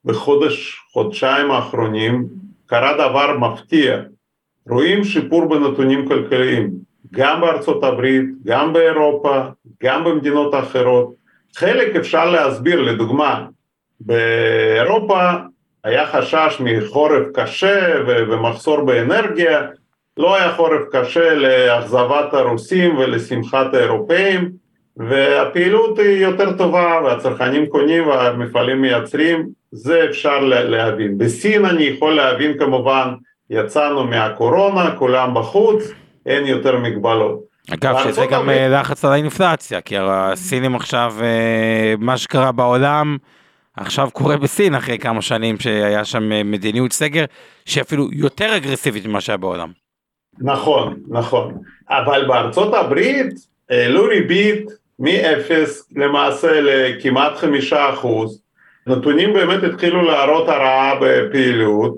בחודשיים האחרונים, קרה דבר מפתיע. רואים שיפור בנתונים כלכליים, גם בארצות הברית, גם באירופה, גם במדינות אחרות. חלק אפשר להסביר, לדוגמה, באירופה היה חשש מחורף קשה ומחסור באנרגיה, לא היה חורף קשה לאכזבת הרוסים ולשמחת האירופאים, והפעילות היא יותר טובה, והצרכנים קונים והמפעלים מייצרים, זה אפשר להבין. בסין אני יכול להבין כמובן, יצאנו מהקורונה, כולם בחוץ, אין יותר מגבלות. אגב, שזה גם לחץ על האינפלציה, כי הסינים עכשיו, מה שקרה בעולם, עכשיו קורה בסין אחרי כמה שנים שהיה שם מדיניות סגר, שאפילו יותר אגרסיבית ממה שהיה בעולם. נכון, נכון. אבל בארצות הברית, העלו ריבית מ-0 למעשה לכמעט 5%, נתונים באמת התחילו להראות הרעה בפעילות,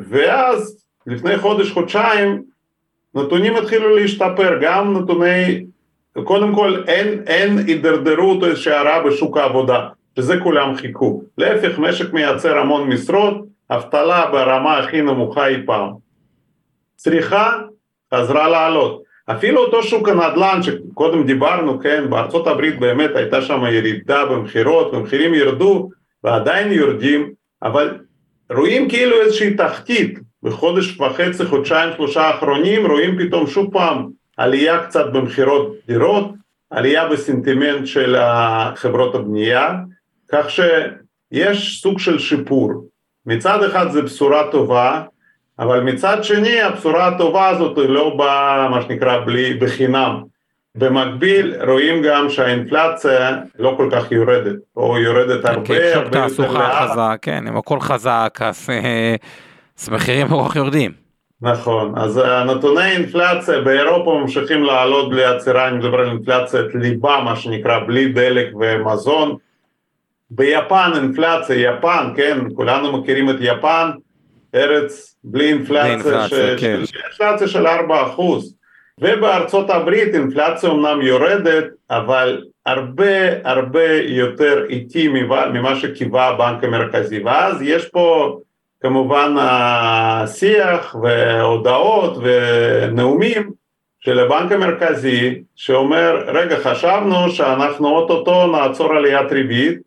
ואז לפני חודש-חודשיים, נתונים התחילו להשתפר, גם נתוני, קודם כל אין הידרדרות או איזושהי הרעה בשוק העבודה, שזה כולם חיכו. להפך, משק מייצר המון משרות, אבטלה ברמה הכי נמוכה אי פעם. צריכה חזרה לעלות. אפילו אותו שוק הנדל"ן שקודם דיברנו, כן, בארצות הברית באמת הייתה שם ירידה במחירות, במחירים ירדו ועדיין יורדים, אבל רואים כאילו איזושהי תחתית, בחודש וחצי, חודשיים, 3 האחרונים, רואים פתאום שוב פעם עלייה קצת במחירות דירות, עלייה בסנטימנט של חברות הבנייה, כך שיש סוג של שיפור. מצד אחד זה בשורה טובה, אבל מצד שני הבשורה הטובה הזאת לא באה מה שנקרא בחינם. במקביל רואים גם שהאינפלציה לא כל כך יורדת, או יורדת הרבה. שוק תעסוקה חזק, כן, אם הכל חזק, אז מחירים רוח יורדים. נכון, אז נתוני אינפלציה באירופה ממשיכים לעלות בלי עצירה, אני מדבר על אינפלציית ליבה, מה שנקרא, בלי דלק ומזון. ביפן אינפלציה, יפן, כן, כולנו מכירים את יפן, ארץ בלי אינפלציה, אינפלציה של 4%. ובארצות הברית אינפלציה אומנם יורדת, אבל הרבה יותר איטי ממה שקיווה הבנק המרכזי. ואז יש פה כמובן השיח והודעות ונאומים של הבנק המרכזי, שאומר, רגע, חשבנו שאנחנו אוטוטו נעצור עליית ריבית,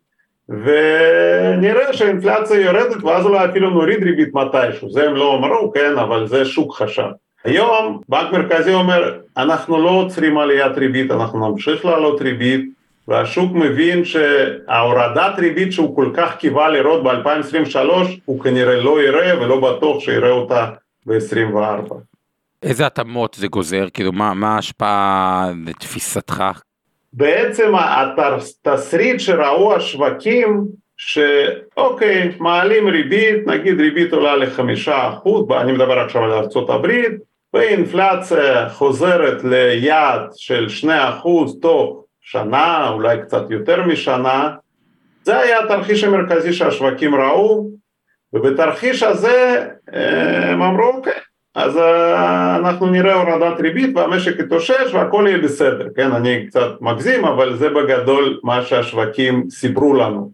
ונראה שהאינפלציה יורדת, ואז אולי אפילו נוריד ריבית מתישהו. זה הם לא אמרו, כן, אבל זה שוק חשב. היום בנק מרכזי אומר, אנחנו לא עוצרים עליית ריבית, אנחנו נמשיך לעלות ריבית, והשוק מבין שההורדת ריבית שהוא כל כך קיווה לראות ב-2023, הוא כנראה לא יראה ולא בטוח שיראה אותה ב-2024. איזה התאמות זה גוזר? כאילו, מה ההשפעה לתפיסתך? בעצם התסריט שראו השווקים, שאוקיי, מעלים ריבית, נגיד ריבית עולה ל5%, אני מדבר עכשיו על ארצות הברית, ואינפלציה חוזרת ליעד של 2% תוך שנה, אולי קצת יותר משנה, זה היה התרחיש המרכזי שהשווקים ראו, ובתרחיש הזה הם אמרו, אוקיי, אז אנחנו נראה הורדת ריבית והמשק יתאושש והכל יהיה בסדר, כן, אני קצת מגזים, אבל זה בגדול מה שהשווקים סיפרו לנו.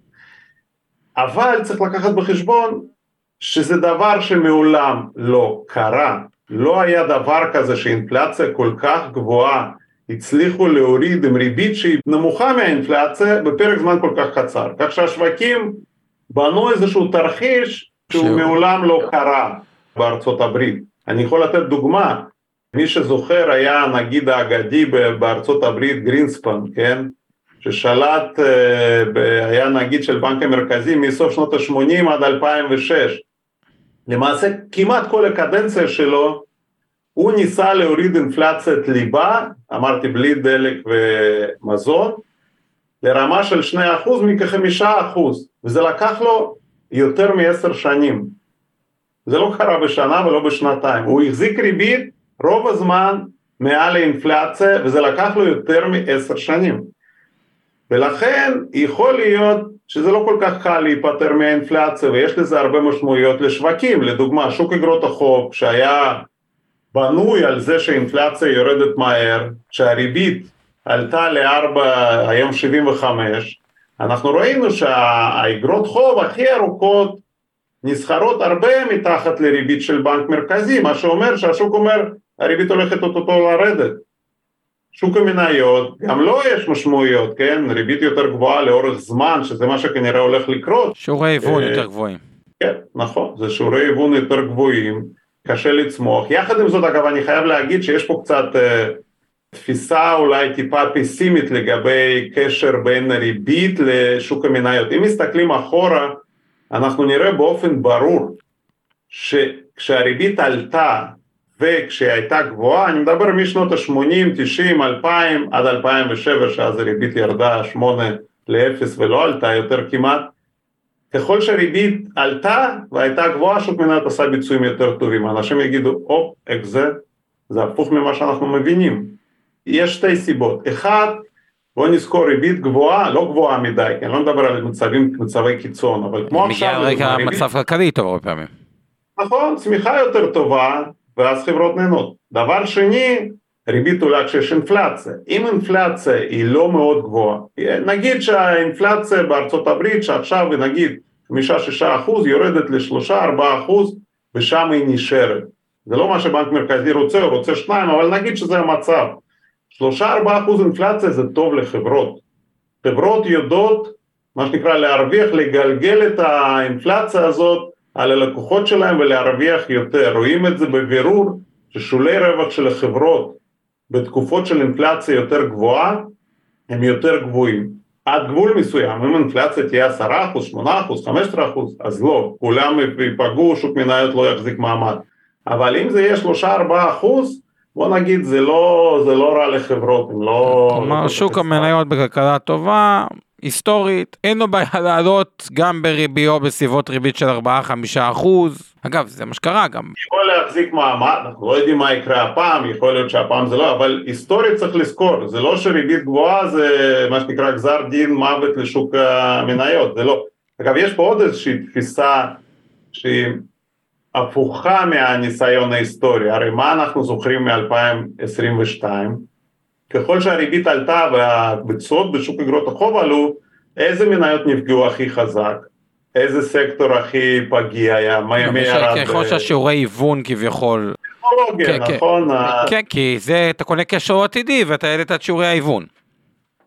אבל צריך לקחת בחשבון שזה דבר שמעולם לא קרה, לא היה דבר כזה שאינפלציה כל כך גבוהה, הצליחו להוריד עם ריבית שהיא נמוכה מהאינפלציה בפרק זמן כל כך קצר, כך שהשווקים בנו איזשהו תרחיש שהוא מעולם לא קרה בארצות הברית. אני יכול לתת דוגמה, מי שזוכר היה נגיד האגדי בארצות הברית גרינספן, כן? ששלט, היה נגיד של בנק המרכזי מסוף שנות ה-80 עד 2006. למעשה כמעט כל הקדנציה שלו, הוא ניסה להוריד אינפלציית ליבה, אמרתי בלי דלק ומזון, לרמה של 2% מכ5%, וזה לקח לו יותר מ10 שנים. זה לא קרה בשנה ולא בשנתיים, הוא החזיק ריבית רוב הזמן מעל האינפלציה, וזה לקח לו יותר מ10 שנים. ולכן יכול להיות שזה לא כל כך קל להיפטר מהאינפלציה, ויש לזה הרבה משמעויות לשווקים, לדוגמה שוק אגרות החוב שהיה בנוי על זה שהאינפלציה יורדת מהר, שהריבית עלתה ל4, היום 75, אנחנו ראינו שהאגרות חוב הכי ארוכות נסחרות הרבה מתחת לריבית של בנק מרכזי, מה שאומר שהשוק אומר הריבית הולכת אותו לרדת. שוק המניות, גם לא יש משמעויות, כן? ריבית יותר גבוהה לאורך זמן, שזה מה שכנראה הולך לקרות. שיעורי היוון יותר גבוהים. כן, נכון, זה שיעורי היוון יותר גבוהים, קשה לצמוח. יחד עם זאת, אגב, אני חייב להגיד שיש פה קצת תפיסה אולי טיפה פסימית לגבי קשר בין ריבית לשוק המניות. אם מסתכלים אחורה, אנחנו נראה באופן ברור שכשהריבית עלתה וכשהיא הייתה גבוהה, אני מדבר משנות ה-80, 90, 2000 עד 2007, שאז הריבית ירדה 8 ל-0 ולא עלתה יותר כמעט, ככל שהריבית עלתה והייתה גבוהה, שוק מניות עשה ביצועים יותר טובים. אנשים יגידו, איך זה הפוך ממה שאנחנו מבינים. יש שתי סיבות. אחד, בוא נזכור ריבית גבוהה, לא גבוהה מדי, כי אני לא מדבר על מצבי קיצון, אבל כמו עכשיו... מגיע רגע מצב כלכלי טוב הרבה פעמים. נכון, צמיחה יותר טובה, ואז חברות נהנות. דבר שני, ריבית עולה כשיש אינפלציה. אם אינפלציה היא לא מאוד גבוהה, נגיד שהאינפלציה בארצות הברית, שעכשיו נגיד 5-6% יורדת ל3-4%, ושם היא נשארת. זה לא מה שבנק מרכזי רוצה, הוא רוצה 2, אבל נגיד שזה המצב. 3-4% אינפלציה זה טוב לחברות. חברות יודעות, מה שנקרא, להרוויח, לגלגל את האינפלציה הזאת על הלקוחות שלהם ולהרוויח יותר. רואים את זה בבירור ששולי רווח של החברות בתקופות של אינפלציה יותר גבוהה, הם יותר גבוהים. עד גבול מסוים, אם אינפלציה תהיה 10%, 8%, 15%, אז לא, כולם ייפגעו, שוק מניות לא יחזיק מעמד. אבל אם זה יהיה 3-4%, בוא נגיד, זה לא רע לחברות, הם לא... כלומר, שוק המניות בכלכלה טובה, היסטורית, אין לו בעיה לעלות גם בריביות בסביבות ריבית של 4-5%. אגב, זה מה שקרה גם. יכול להחזיק מעמד, אנחנו לא יודעים מה יקרה הפעם, יכול להיות שהפעם זה לא, אבל היסטורית צריך לזכור, זה לא שריבית גבוהה, זה מה שנקרא גזר דין מוות לשוק המניות, זה לא. אגב, יש פה עוד איזושהי תפיסה שהיא הפוכה מהניסיון ההיסטורי, הרי מה אנחנו זוכרים מ-2022? ככל שהריבית עלתה והביצועות בשוק אגרות החוב עלו, איזה מניות נפגעו הכי חזק? איזה סקטור הכי פגיע היה? ככל שהשיעורי היוון כביכול. טכנולוגיה, נכון? כן, כי זה, אתה קונה קשר עתידי ואתה העלית את שיעורי ההיוון.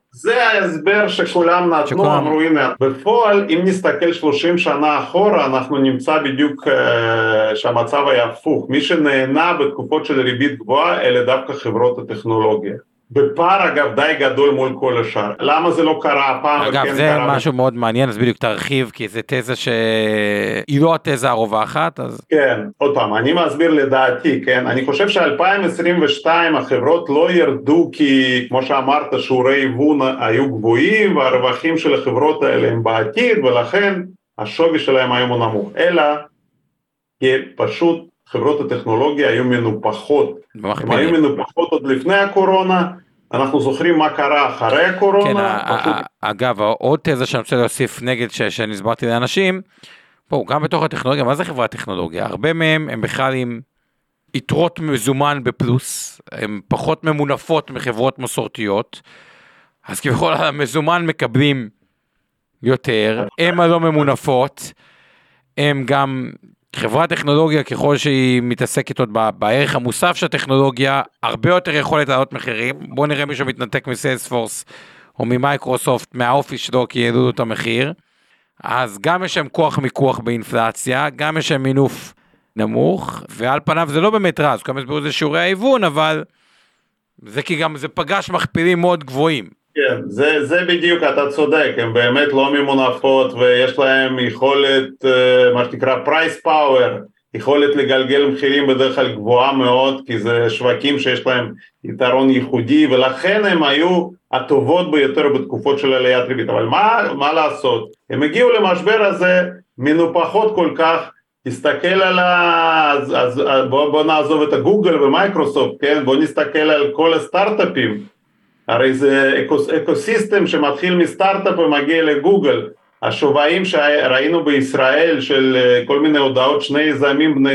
זה ההסבר שכולם נתנו, אמרו הנה, בפועל אם נסתכל 30 שנה אחורה, אנחנו נמצא בדיוק שהמצב היה הפוך, מי שנהנה בתקופות של ריבית גבוהה, אלה דווקא חברות הטכנולוגיה. בפער אגב די גדול מול כל השאר. למה זה לא קרה הפעם? אגב זה משהו מאוד מעניין, אז בדיוק תרחיב, כי זה תזה שהיא לא התזה הרווחת. כן, עוד פעם, אני מסביר לדעתי, כן, אני חושב ש-2022 החברות לא ירדו כי, כמו שאמרת, שיעורי היוון היו גבוהים, והרווחים של החברות האלה הם בעתיד, ולכן השווי שלהם היום הוא נמוך, אלא כי פשוט חברות הטכנולוגיה היו מנופחות, הם היו מנופחות עוד לפני הקורונה, אנחנו זוכרים מה קרה אחרי הקורונה. כן, אגב, עוד תזה שאני רוצה להוסיף נגד שאני הסברתי לאנשים, פה, גם בתוך הטכנולוגיה, מה זה חברת טכנולוגיה? הרבה מהם הם בכלל עם יתרות מזומן בפלוס, הם פחות ממונפות מחברות מסורתיות, אז כביכול המזומן מקבלים יותר, הם הלא ממונפות, הם גם... חברת טכנולוגיה, ככל שהיא מתעסקת עוד בערך המוסף של הטכנולוגיה, הרבה יותר יכולת לעלות מחירים. בואו נראה מישהו מתנתק מסיילספורס או ממייקרוסופט, מהאופיס שלו, כי ידעו את המחיר. אז גם יש שם כוח מיקוח באינפלציה, גם יש שם מינוף נמוך, ועל פניו זה לא באמת רע, אז כמה הסבירו זה שיעורי ההיוון, אבל זה כי גם זה פגש מכפילים מאוד גבוהים. כן, זה בדיוק, אתה צודק, הם באמת לא ממונפות ויש להם יכולת, מה שנקרא price power, יכולת לגלגל מחירים בדרך כלל גבוהה מאוד, כי זה שווקים שיש להם יתרון ייחודי, ולכן הם היו הטובות ביותר בתקופות של עליית ריבית. אבל מה לעשות? הם הגיעו למשבר הזה מנופחות כל כך, תסתכל על בוא נעזוב את הגוגל ומייקרוסופט, כן? בוא נסתכל על כל הסטארט-אפים, הרי זה אקוסיסטם שמתחיל מסטארט-אפ ומגיע לגוגל. השווים שראינו בישראל של כל מיני הודעות, שני יזמים בני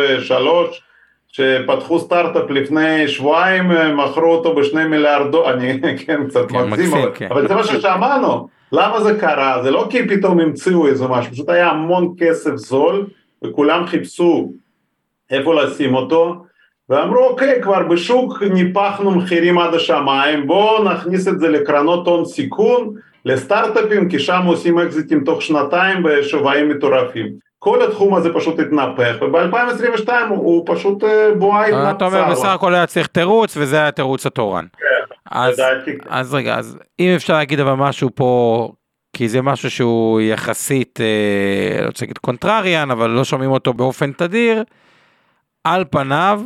23 שפתחו סטארט-אפ לפני שבועיים, מכרו אותו ב2 מיליארד דולר, אני כן קצת מגזים, אבל זה מה ששמענו. למה זה קרה? זה לא כי פתאום המציאו איזה משהו, פשוט היה המון כסף זול וכולם חיפשו איפה לשים אותו, ואמרו אוקיי, כבר בשוק ניפחנו מחירים עד השמיים, בואו נכניס את זה לקרנות הון סיכון, לסטארט-אפים, כי שם עושים אקזיטים תוך שנתיים בשווים מטורפים. כל התחום הזה פשוט התנפח, וב-2022 הוא פשוט בועה התנפצה. אתה אומר, בסך הכל היה צריך תירוץ, וזה היה תירוץ התורן. כן, לדעתי. אז רגע, אז אם אפשר להגיד אבל משהו פה, כי זה משהו שהוא יחסית, לא רוצה להגיד קונטרריאן, אבל לא שומעים אותו באופן תדיר, על פניו,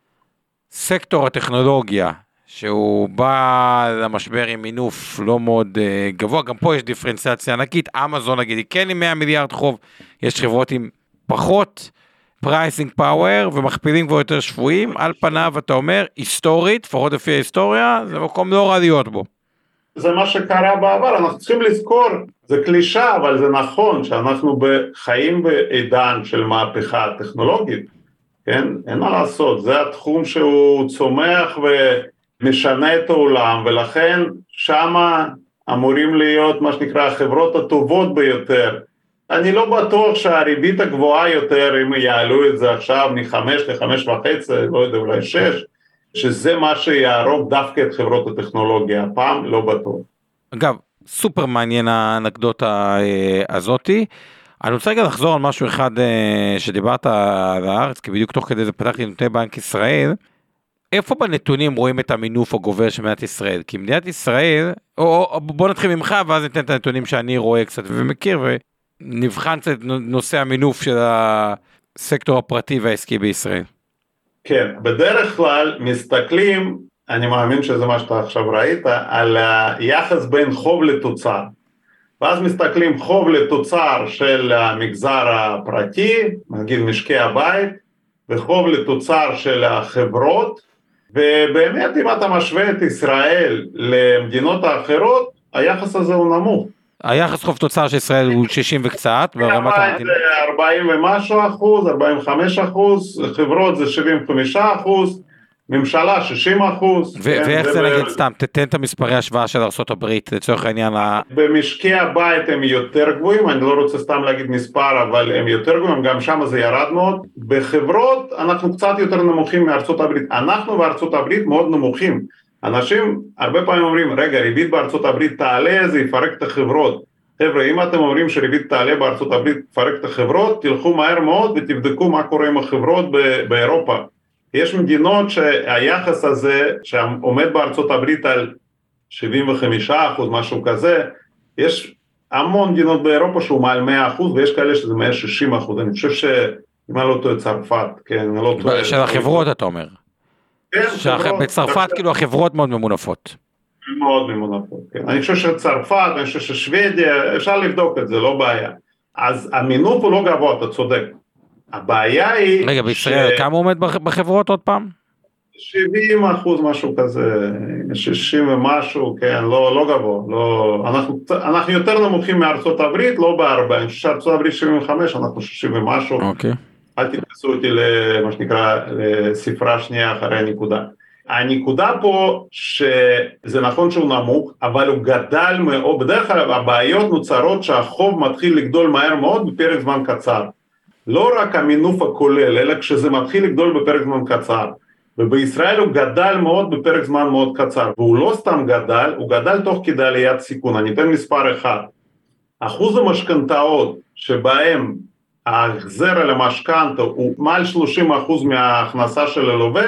סקטור הטכנולוגיה, שהוא בא למשבר עם מינוף לא מאוד גבוה, גם פה יש דיפרנציאציה ענקית, אמזון נגיד, היא כן עם 100 מיליארד חוב, יש חברות עם פחות פרייסינג פאוור, ומכפילים כבר יותר שבויים, על פניו אתה אומר, היסטורית, לפחות לפי ההיסטוריה, זה מקום לא רע להיות בו. זה מה שקרה בעבר, אנחנו צריכים לזכור, זה קלישה, אבל זה נכון, שאנחנו חיים בעידן של מהפכה טכנולוגית, כן? אין מה לעשות, זה התחום שהוא צומח ומשנה את העולם, ולכן שמה אמורים להיות מה שנקרא החברות הטובות ביותר. אני לא בטוח שהריבית הגבוהה יותר, אם יעלו את זה עכשיו מ5 ל5.5, לא יודע, אולי 6, שזה מה שיערוב דווקא את חברות הטכנולוגיה, הפעם לא בטוח. אגב, סופר מעניין האנקדוטה הזאתי, אני רוצה רגע לחזור על משהו אחד שדיברת על הארץ, כי בדיוק תוך כדי זה פתחתי נתוני בנק ישראל, איפה בנתונים רואים את המינוף הגובר של מדינת ישראל? כי מדינת ישראל, או בוא נתחיל ממך, ואז ניתן את הנתונים שאני רואה קצת ומכיר, ונבחן קצת נושא המינוף של הסקטור הפרטי והעסקי בישראל. כן, בדרך כלל מסתכלים, אני מאמין שזה מה שאתה עכשיו ראית, על היחס בין חוב לתוצר. ואז מסתכלים חוב לתוצר של המגזר הפרטי, נגיד משקי הבית, וחוב לתוצר של החברות, ובאמת אם אתה משווה את ישראל למדינות האחרות, היחס הזה הוא נמוך. היחס חוב תוצר של ישראל הוא 60 וקצת, ברמת המדינה. 40 ומשהו אחוז, 45 אחוז, חברות זה 75 אחוז, ממשלה 60 אחוז. ואיך זה נגיד סתם, תתן את המספרי השוואה של ארצות הברית, לצורך העניין. במשקי הבית הם יותר גבוהים, אני לא רוצה סתם להגיד מספר, אבל הם יותר גבוהים, גם שם זה ירד מאוד. בחברות אנחנו קצת יותר נמוכים מארצות הברית, אנחנו בארצות הברית מאוד נמוכים. אנשים הרבה פעמים אומרים, רגע, ריבית בארצות הברית תעלה, זה יפרק את החברות. חבר'ה, אם אתם אומרים שריבית תעלה בארצות הברית, תפרק את החברות, תלכו מהר מאוד ותבדקו מה קורה עם החברות באירופה. יש מדינות שהיחס הזה, שעומד בארצות הברית על 75%, משהו כזה, יש המון מדינות באירופה שהוא מעל 100%, ויש כאלה שזה 160%. אני חושב שאם אני לא טועה צרפת, כן, אני לא טועה. של החברות אתה אומר. כן, בצרפת כאילו החברות מאוד ממונפות. מאוד ממונפות, כן. אני חושב שצרפת, אני חושב ששוודיה, אפשר לבדוק את זה, לא בעיה. אז המינוף הוא לא גבוה, אתה צודק. הבעיה היא... רגע, בישראל, כמה עומד בחברות עוד פעם? 70%, משהו כזה, 60 ומשהו, כן, לא גבוה. אנחנו יותר נמוכים מארצות הברית, לא בהרבה. אני חושב שארצות הברית 75, אנחנו 60 ומשהו. אוקיי. אל תתפסו אותי למה שנקרא ספרה שנייה אחרי הנקודה. הנקודה פה שזה נכון שהוא נמוך, אבל הוא גדל מאוד, בדרך כלל הבעיות נוצרות שהחוב מתחיל לגדול מהר מאוד בפרק זמן קצר. לא רק המינוף הכולל, אלא כשזה מתחיל לגדול בפרק זמן קצר. ובישראל הוא גדל מאוד בפרק זמן מאוד קצר, והוא לא סתם גדל, הוא גדל תוך כדי עליית סיכון. אני אתן מספר אחד. אחוז המשכנתאות שבהם ההחזר על המשכנתא הוא מעל 30% מההכנסה של הלווה,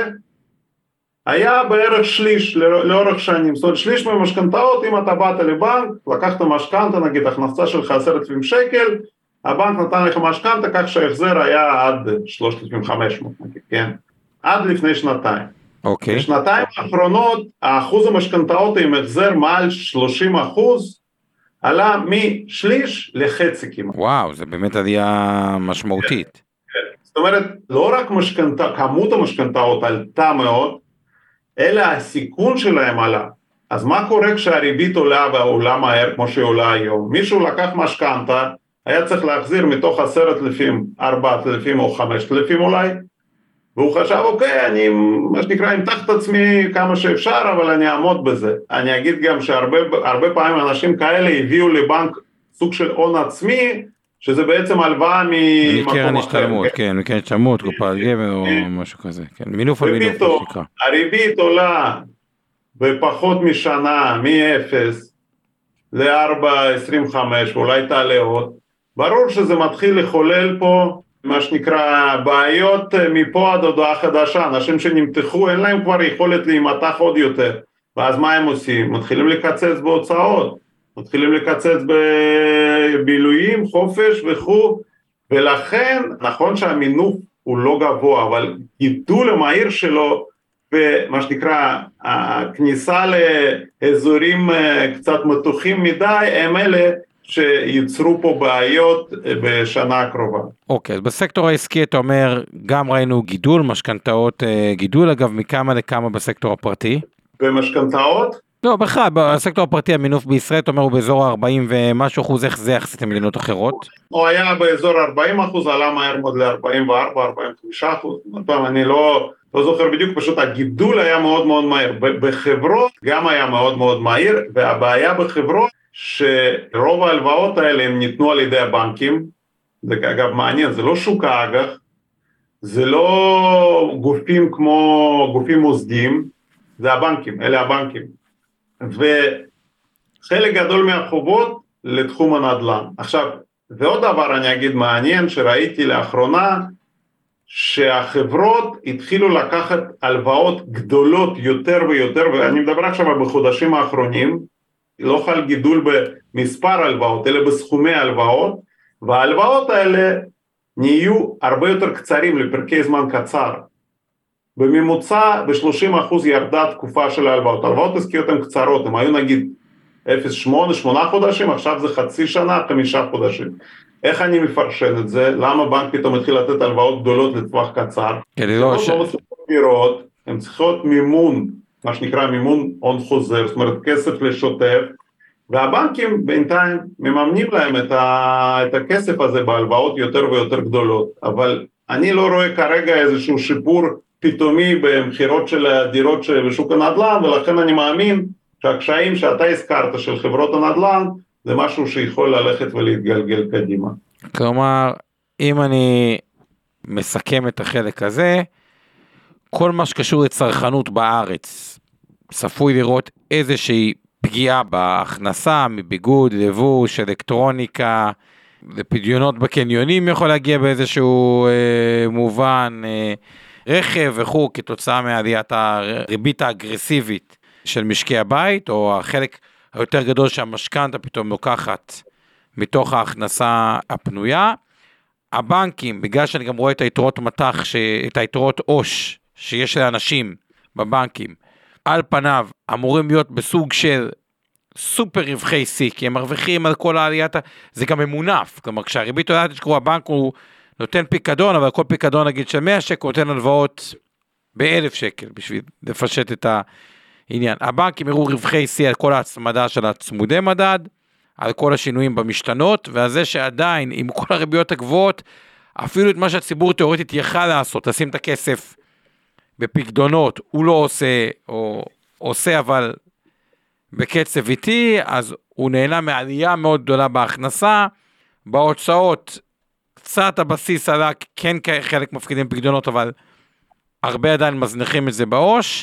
היה בערך שליש לאורך שנים. זאת אומרת, שליש מהמשכנתאות, אם אתה באת לבנק, לקחת משכנתא, נגיד הכנסה שלך 10,000 שקל, הבנק נתן לך משכנתא, כך שההחזר היה עד 3,500, נגיד, כן? עד לפני שנתיים. אוקיי. בשנתיים האחרונות, האחוז המשכנתאות עם החזר מעל 30%, עלה משליש לחצי כמעט. וואו, זה באמת עלייה משמעותית. זאת אומרת, לא רק כמות המשכנתאות עלתה מאוד, אלא הסיכון שלהם עלה. אז מה קורה כשהריבית עולה ועולה מהר כמו שהיא עולה היום? מישהו לקח משכנתא, היה צריך להחזיר מתוך 10,000, 4,000 או 5,000 אולי, והוא חשב, אוקיי, אני, מה שנקרא, אמתח את עצמי כמה שאפשר, אבל אני אעמוד בזה. אני אגיד גם שהרבה פעמים אנשים כאלה הביאו לבנק סוג של הון עצמי, שזה בעצם הלוואה מקרן השתלמות, כן, מקרן השתלמות, קופת גמל או משהו כזה, כן, מינוף על מינוף, מה שנקרא. הריבית עולה בפחות משנה, מ-0 ל-4.25, ואולי תעלה עוד, ברור שזה מתחיל לחולל פה, מה שנקרא, בעיות מפה עד הודעה חדשה, אנשים שנמתחו, אין להם כבר יכולת להימתח עוד יותר, ואז מה הם עושים? מתחילים לקצץ בהוצאות, מתחילים לקצץ בבילויים, חופש וכו', ולכן נכון שהמינוף הוא לא גבוה, אבל גידול המהיר שלו, ומה שנקרא, הכניסה לאזורים קצת מתוחים מדי, הם אלה שיצרו פה בעיות בשנה הקרובה. אוקיי, אז בסקטור העסקי אתה אומר, גם ראינו גידול, משכנתאות גידול, אגב, מכמה לכמה בסקטור הפרטי? במשכנתאות? לא, בכלל, בסקטור הפרטי המינוף בישראל, אתה אומר, הוא באזור 40 ומשהו אחוז, איך זה יחסית למדינות אחרות? הוא היה באזור 40%, עלה מהר מאוד ל-44-45%, אני לא זוכר בדיוק, פשוט הגידול היה מאוד מאוד מהיר, בחברות גם היה מאוד מאוד מהיר, והבעיה בחברות, שרוב ההלוואות האלה הם ניתנו על ידי הבנקים, זה אגב מעניין, זה לא שוק האג"ח, זה לא גופים כמו גופים מוסדיים, זה הבנקים, אלה הבנקים, וחלק גדול מהחובות לתחום הנדל"ן. עכשיו, ועוד דבר אני אגיד מעניין שראיתי לאחרונה, שהחברות התחילו לקחת הלוואות גדולות יותר ויותר, ואני מדבר עכשיו בחודשים האחרונים, לא חל גידול במספר הלוואות, אלא בסכומי הלוואות, וההלוואות האלה נהיו הרבה יותר קצרים לפרקי זמן קצר. בממוצע ב-30% ירדה תקופה של ההלוואות. ההלוואות עסקיות הן קצרות, הן היו נגיד 8 חודשים, עכשיו זה חצי שנה, 5 חודשים. איך אני מפרשן את זה? למה בנק פתאום התחיל לתת הלוואות גדולות לטווח קצר? הן צריכות מימון, מה שנקרא מימון הון חוזר, זאת אומרת כסף לשוטף, והבנקים בינתיים מממנים להם את הכסף הזה בהלוואות יותר ויותר גדולות, אבל אני לא רואה כרגע איזשהו שיפור פתאומי במחירות של הדירות בשוק הנדל"ן, ולכן אני מאמין שהקשיים שאתה הזכרת של חברות הנדל"ן, זה משהו שיכול ללכת ולהתגלגל קדימה. כלומר, אם אני מסכם את החלק הזה, כל מה שקשור לצרכנות בארץ, צפוי לראות איזושהי פגיעה בהכנסה, מביגוד, לבוש, אלקטרוניקה, לפדיונות בקניונים יכול להגיע באיזשהו מובן, רכב וכו', כתוצאה מעליית הריבית האגרסיבית של משקי הבית, או החלק היותר גדול שהמשכנתא פתאום לוקחת מתוך ההכנסה הפנויה. הבנקים, בגלל שאני גם רואה את היתרות מטח, את היתרות עו"ש שיש לאנשים בבנקים, על פניו אמורים להיות בסוג של סופר רווחי שיא, כי הם מרוויחים על כל העליית, זה גם ממונף, כלומר כשהריבית עולה תשקרו, הבנק הוא נותן פיקדון, אבל כל פיקדון נגיד של 100 שקל, הוא נותן הלוואות ב1,000 שקל, בשביל לפשט את העניין. הבנקים יראו רווחי שיא על כל ההצמדה של הצמודי מדד, על כל השינויים במשתנות, ועל זה שעדיין עם כל הריביות הגבוהות, אפילו את מה שהציבור תיאורטית יכל לעשות, לשים את הכסף בפקדונות, הוא לא עושה, או עושה אבל בקצב איטי, אז הוא נהנה מעלייה מאוד גדולה בהכנסה, בהוצאות, קצת הבסיס עלה, כן חלק מפקידים פקדונות, אבל הרבה עדיין מזניחים את זה בעו"ש,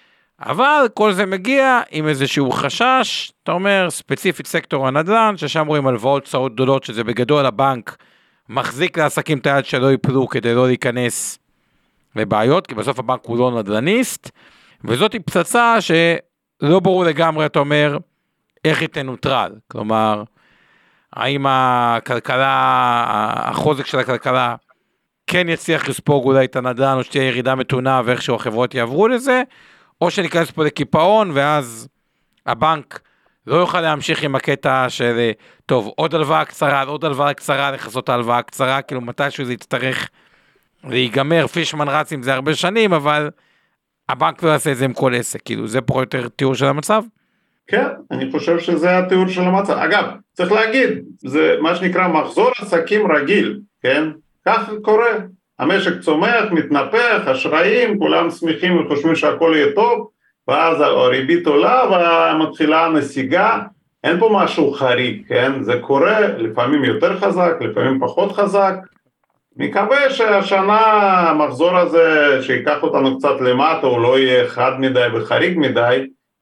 אבל כל זה מגיע עם איזשהו חשש, אתה אומר, ספציפית סקטור הנדל"ן, ששם רואים הלוואות צעות גדולות, שזה בגדול הבנק מחזיק לעסקים את היד שלא ייפלו, כדי לא להיכנס לבעיות, כי בסוף הבנק הוא לא נדל"ניסט, וזאת היא פצצה שלא ברור לגמרי, אתה אומר, איך היא תנוטרל, כלומר, האם הכלכלה, החוזק של הכלכלה, כן יצליח לספוג אולי את הנדל"ן, או שתהיה ירידה מתונה, ואיכשהו החברות יעברו לזה, או שניכנס פה לקיפאון, ואז הבנק לא יוכל להמשיך עם הקטע של, טוב, עוד הלוואה קצרה, עוד הלוואה קצרה, לחסות ההלוואה קצרה, כאילו מתישהו זה יצטרך להיגמר, פישמן רץ עם זה הרבה שנים, אבל הבנק לא יעשה את זה עם כל עסק, כאילו זה פה יותר תיאור של המצב? כן, אני חושב שזה התיאור של המצב. אגב, צריך להגיד, זה מה שנקרא מחזור עסקים רגיל, כן? כך קורה. המשק צומח, מתנפח, אשראים, כולם שמחים וחושבים שהכל יהיה טוב, ואז הריבית עולה ומתחילה הנסיגה, אין פה משהו חריג, כן? זה קורה לפעמים יותר חזק, לפעמים פחות חזק, מקווה שהשנה המחזור הזה שיקח אותנו קצת למטה, הוא לא יהיה חד מדי וחריג מדי,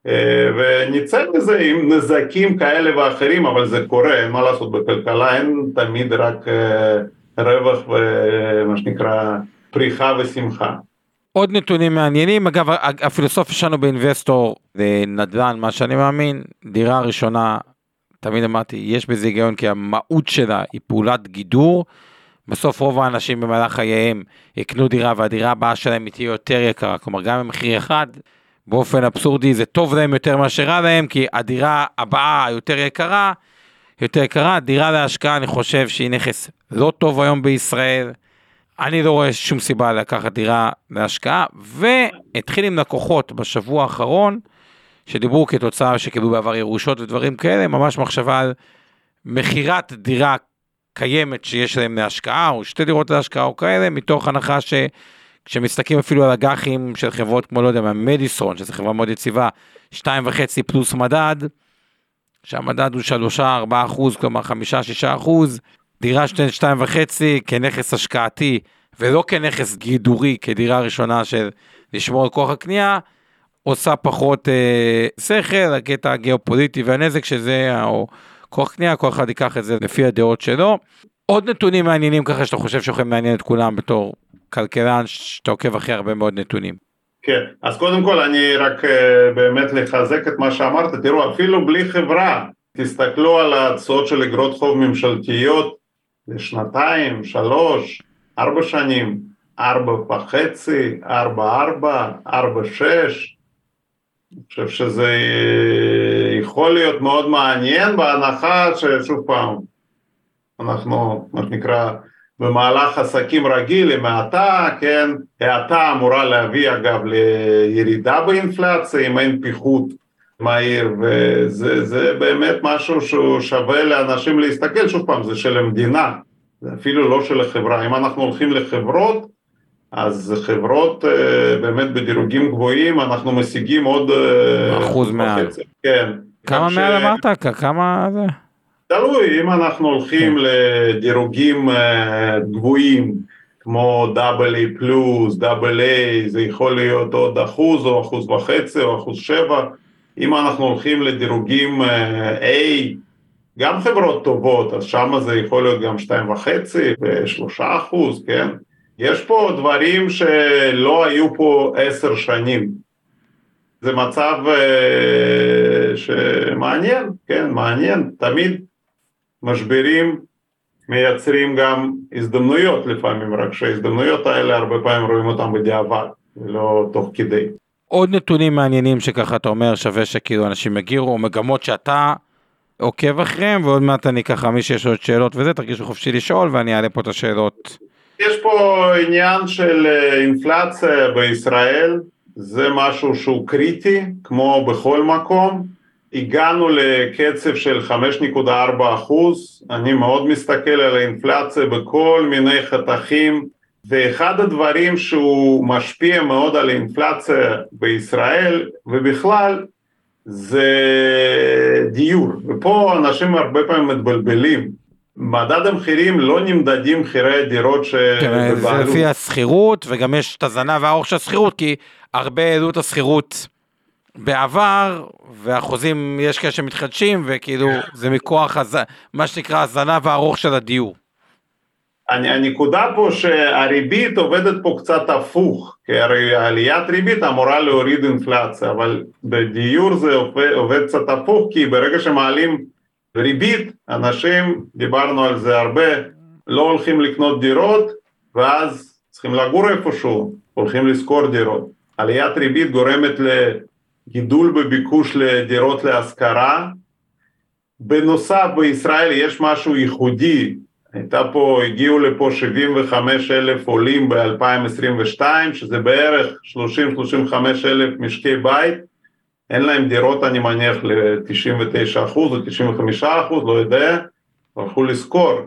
וניצא מזה עם נזקים כאלה ואחרים, אבל זה קורה, אין מה לעשות בכלכלה, אין תמיד רק רווח ומה שנקרא פריחה ושמחה. עוד נתונים מעניינים, אגב הפילוסופיה שלנו באינבסטור זה נדל"ן, מה שאני מאמין, דירה ראשונה, תמיד אמרתי, יש בזה היגיון כי המהות שלה היא פעולת גידור, בסוף רוב האנשים במהלך חייהם יקנו דירה והדירה הבאה שלהם תהיה יותר יקרה, כלומר גם במחיר אחד, באופן אבסורדי זה טוב להם יותר מאשר רע להם, כי הדירה הבאה יותר יקרה, דירה להשקעה אני חושב שהיא נכס לא טוב היום בישראל, אני לא רואה שום סיבה לקחת דירה להשקעה, והתחיל עם לקוחות בשבוע האחרון, שדיברו כתוצאה שקיבלו בעבר ירושות ודברים כאלה, ממש מחשבה על מחירת דירה קיימת שיש להם להשקעה, או שתי דירות להשקעה או כאלה, מתוך הנחה כשמסתכלים אפילו על אג"חים של חברות כמו, לא יודע, מדיסון, שזו חברה מאוד יציבה, 2.5 פלוס מדד, שהמדד הוא 3-4%, כלומר 5-6%, דירה 2.5 כנכס השקעתי, ולא כנכס גידורי, כדירה ראשונה של לשמור על כוח הקנייה, עושה פחות שכל, הקטע הגיאופוליטי והנזק שזה, או כוח קנייה, כל אחד ייקח את זה לפי הדעות שלו. עוד נתונים מעניינים ככה שאתה חושב שיכולים מעניין את כולם בתור כלכלן, שאתה עוקב אחרי הרבה מאוד נתונים. כן, אז קודם כל אני רק באמת לחזק את מה שאמרת, תראו, אפילו בלי חברה, תסתכלו על התשואות של אגרות חוב ממשלתיות, לשנתיים, 3, 4 שנים, 4.5, 4.4, 4.6, אני חושב שזה יכול להיות מאוד מעניין, בהנחה ששוב פעם, אנחנו, מה שנקרא, במהלך עסקים רגיל, עם האטה, כן, האטה אמורה להביא אגב לירידה באינפלציה, אם אין פיחות מהיר, וזה באמת משהו שהוא שווה לאנשים להסתכל, שוב פעם, זה של המדינה, זה אפילו לא של החברה, אם אנחנו הולכים לחברות, אז חברות באמת בדירוגים גבוהים, אנחנו משיגים עוד 1% מעל. כן. כמה מעל אמרת? כמה זה? תלוי, אם אנחנו הולכים לדירוגים גבוהים, כמו AA פלוס, AA, זה יכול להיות עוד 1% או 1.5% או 1.7%. אם אנחנו הולכים לדירוגים A, גם חברות טובות, אז שם זה יכול להיות גם 2.5% ו3%, כן? יש פה דברים שלא היו פה 10 שנים. זה מצב שמעניין, כן, מעניין. תמיד משברים מייצרים גם הזדמנויות לפעמים, רק שההזדמנויות האלה הרבה פעמים רואים אותם בדיעבד, ולא תוך כדי. עוד נתונים מעניינים שככה אתה אומר שווה שכאילו אנשים יגירו, או מגמות שאתה עוקב אחריהם, ועוד מעט אני ככה, מי שיש עוד שאלות וזה, תרגישו חופשי לשאול, ואני אעלה פה את השאלות. יש פה עניין של אינפלציה בישראל, זה משהו שהוא קריטי, כמו בכל מקום. הגענו לקצב של 5.4%, אני מאוד מסתכל על האינפלציה בכל מיני חתכים, ואחד הדברים שהוא משפיע מאוד על האינפלציה בישראל, ובכלל, זה דיור. ופה אנשים הרבה פעמים מתבלבלים. מדד המחירים לא נמדדים מחירי הדירות שבבעלות. זה לפי הסחירות, וגם יש את הזנה והאורך של הסחירות, כי הרבה העלו את הסחירות בעבר, והאחוזים יש כאלה שמתחדשים, וכאילו זה מכוח מה שנקרא הזנה והארוך של הדיור. הנקודה פה שהריבית עובדת פה קצת הפוך, כי הרי עליית ריבית אמורה להוריד אינפלציה, אבל בדיור זה עובד קצת הפוך, כי ברגע שמעלים ריבית, אנשים, דיברנו על זה הרבה, לא הולכים לקנות דירות, ואז צריכים לגור איפשהו, הולכים לשכור דירות. עליית ריבית גורמת לגידול בביקוש לדירות להשכרה. בנוסף, בישראל יש משהו ייחודי, הגיעו לפה 75,000 עולים ב-2022, שזה בערך 30-35 אלף משקי בית, אין להם דירות אני מניח ל-99% או 95%, לא יודע, הלכו לזכור.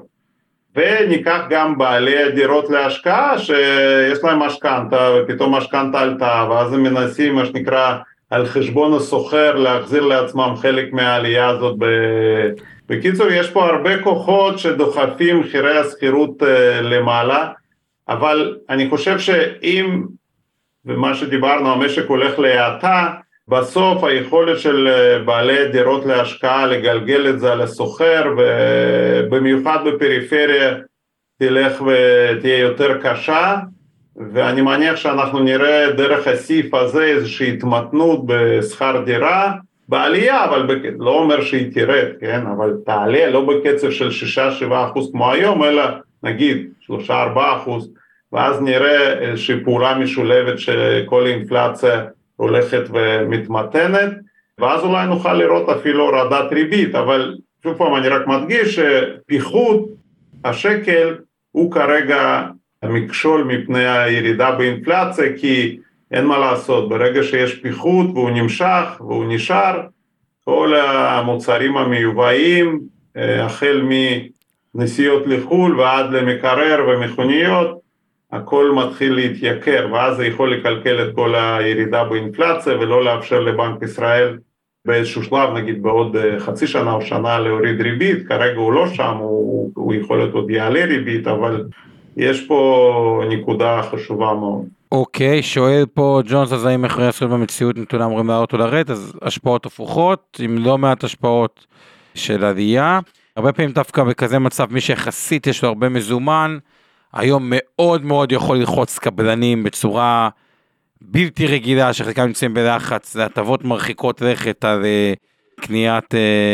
וניקח גם בעלי הדירות להשקעה, שיש להם משכנתה, ופתאום משכנתה עלתה, ואז הם מנסים, מה שנקרא, על חשבון הסוחר, להחזיר לעצמם חלק מהעלייה הזאת. בקיצור, יש פה הרבה כוחות שדוחפים מחירי הסחירות למעלה, אבל אני חושב שאם, ומה שדיברנו, המשק הולך להאטה, בסוף היכולת של בעלי דירות להשקעה לגלגל את זה על הסוחר, ובמיוחד בפריפריה תלך ותהיה יותר קשה, ואני מניח שאנחנו נראה דרך הסיף הזה איזושהי התמתנות בשכר דירה, בעלייה, אבל לא אומר שהיא תרד, כן? אבל תעלה לא בקצב של 6-7% כמו היום, אלא נגיד 3-4%, ואז נראה איזושהי פעולה משולבת שכל האינפלציה הולכת ומתמתנת, ואז אולי נוכל לראות אפילו הורדת ריבית, אבל שוב פעם אני רק מדגיש שפיחות השקל הוא כרגע המכשול מפני הירידה באינפלציה, כי אין מה לעשות, ברגע שיש פיחות והוא נמשך והוא נשאר, כל המוצרים המיובאים, החל מנסיעות לחול ועד למקרר ומכוניות, הכל מתחיל להתייקר, ואז זה יכול לקלקל את כל הירידה באינפלציה, ולא לאפשר לבנק ישראל באיזשהו שלב, נגיד בעוד חצי שנה או שנה להוריד ריבית, כרגע הוא לא שם, הוא יכול להיות עוד יעלה ריבית, אבל יש פה נקודה חשובה מאוד. אוקיי, שואל פה ג'ונס, אז האם מחירי הסחירות במציאות נתונה אמורים לעלות או לרדת, אז השפעות הפוכות, עם לא מעט השפעות של עלייה, הרבה פעמים דווקא בכזה מצב, מי שיחסית יש לו הרבה מזומן, היום מאוד מאוד יכול ללחוץ קבלנים בצורה בלתי רגילה, שחלקם נמצאים בלחץ, זה הטבות מרחיקות לכת על קניית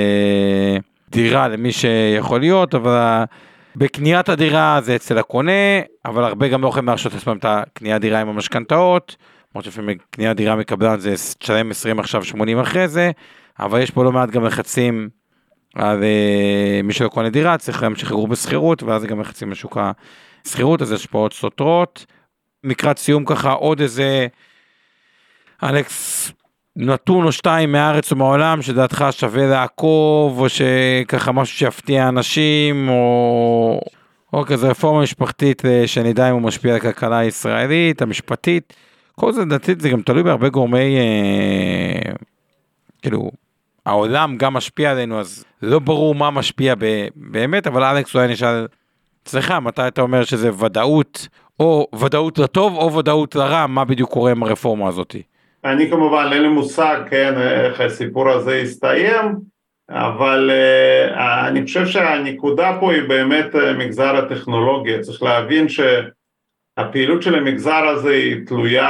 דירה למי שיכול להיות, אבל בקניית הדירה זה אצל הקונה, אבל הרבה גם לא יכולים להרשות עצמם את הקניית דירה עם המשכנתאות, למרות שלפעמים קניית דירה מקבלן זה תשלם 20 עכשיו 80 אחרי זה, אבל יש פה לא מעט גם לחצים על מי שלא קונה דירה, צריך להמשיך לגור בסחירות, ואז זה גם לחצים לשוק הסחירות, אז יש השפעות סותרות. לקראת סיום ככה עוד איזה, אלכס, נתון או שתיים מהארץ ומהעולם, שדעתך שווה לעקוב, או שככה משהו שיפתיע אנשים, או כזה רפורמה משפחתית, שנדע אם הוא משפיע על הכלכלה הישראלית, המשפטית, כל זה דתית, זה גם תלוי בהרבה גורמי, כאילו, העולם גם משפיע עלינו, אז לא ברור מה משפיע באמת, אבל אלכס אולי נשאל, סליחה, מתי אתה אומר שזה ודאות, או ודאות לטוב או ודאות לרע, מה בדיוק קורה עם הרפורמה הזאת? אני כמובן אין לי מושג, כן, איך הסיפור הזה יסתיים, אבל אני חושב שהנקודה פה היא באמת מגזר הטכנולוגיה. צריך להבין שהפעילות של המגזר הזה היא תלויה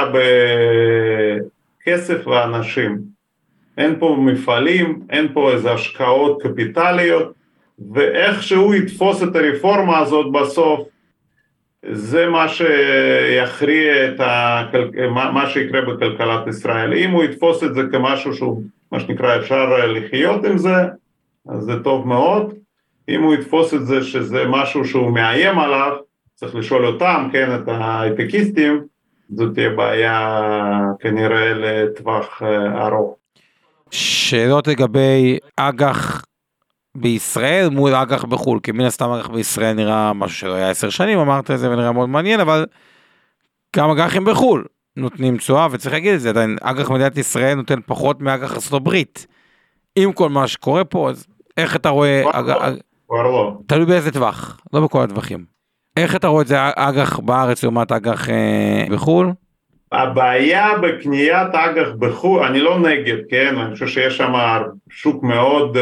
בכסף ואנשים. אין פה מפעלים, אין פה איזה השקעות קפיטליות, ואיך שהוא יתפוס את הרפורמה הזאת בסוף, זה מה שיכריע מה שיקרה בכלכלת ישראל. אם הוא יתפוס את זה כמשהו שהוא, מה שנקרא, אפשר לחיות עם זה, אז זה טוב מאוד. אם הוא יתפוס את זה שזה משהו שהוא מאיים עליו, צריך לשאול אותם, כן, את ההייטקיסטים, זאת תהיה בעיה כנראה לטווח ארוך. שאלות לגבי אג"ח בישראל מול אג"ח בחול, כי מן הסתם אג"ח בישראל נראה משהו שלא היה 10 שנים, אמרת את זה ונראה מאוד מעניין, אבל גם אג"חים בחול נותנים תשואה, וצריך להגיד את זה, עדיין אג"ח מדינת ישראל נותן פחות מאג"ח ארצות הברית, עם כל מה שקורה פה, אז איך אתה רואה, כבר לא. תלוי באיזה טווח, לא בכל הטווחים, איך אתה רואה את זה אג"ח בארץ לעומת אג"ח בחול? הבעיה בקניית אג"ח בחו"ל, אני לא נגד, כן, אני חושב שיש שם שוק מאוד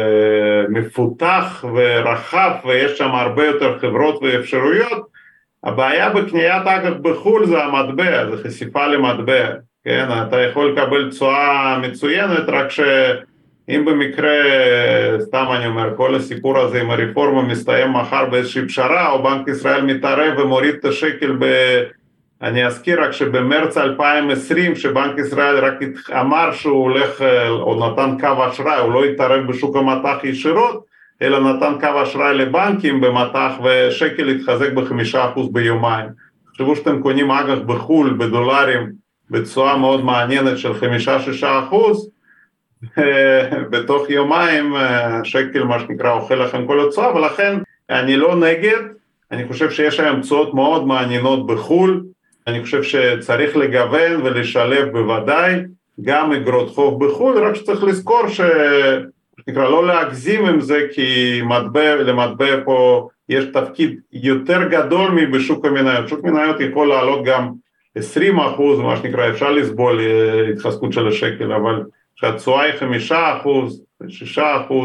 מפותח ורחב, ויש שם הרבה יותר חברות ואפשרויות. הבעיה בקניית אג"ח בחו"ל זה המטבע, זה חשיפה למטבע, כן, אתה יכול לקבל תשואה מצוינת, רק שאם במקרה, סתם אני אומר, כל הסיפור הזה עם הרפורמה מסתיים מחר באיזושהי פשרה, או בנק ישראל מתערב ומוריד את השקל אני אזכיר רק שבמרץ 2020, שבנק ישראל רק אמר שהוא הולך, או נתן קו אשראי, הוא לא התערב בשוק המטח ישירות, אלא נתן קו אשראי לבנקים במטח, ושקל התחזק ב5% ביומיים. חשבו שאתם קונים אג"ח בחול, בדולרים, בתשואה מאוד מעניינת של 5-6%, בתוך יומיים, שקל מה שנקרא אוכל לכם כל התשואה, ולכן אני לא נגד, אני חושב שיש היום תשואות מאוד מעניינות בחול, אני חושב שצריך לגוון ולשלב בוודאי גם אגרות חוב בחו"ל, רק שצריך לזכור שנקרא לא להגזים עם זה, כי למטבע פה יש תפקיד יותר גדול מבשוק המניות. שוק מניות יכול לעלות גם 20%, מה שנקרא, אפשר לסבול התחזקות של השקל, אבל כשהתשואה היא 5%, 6%,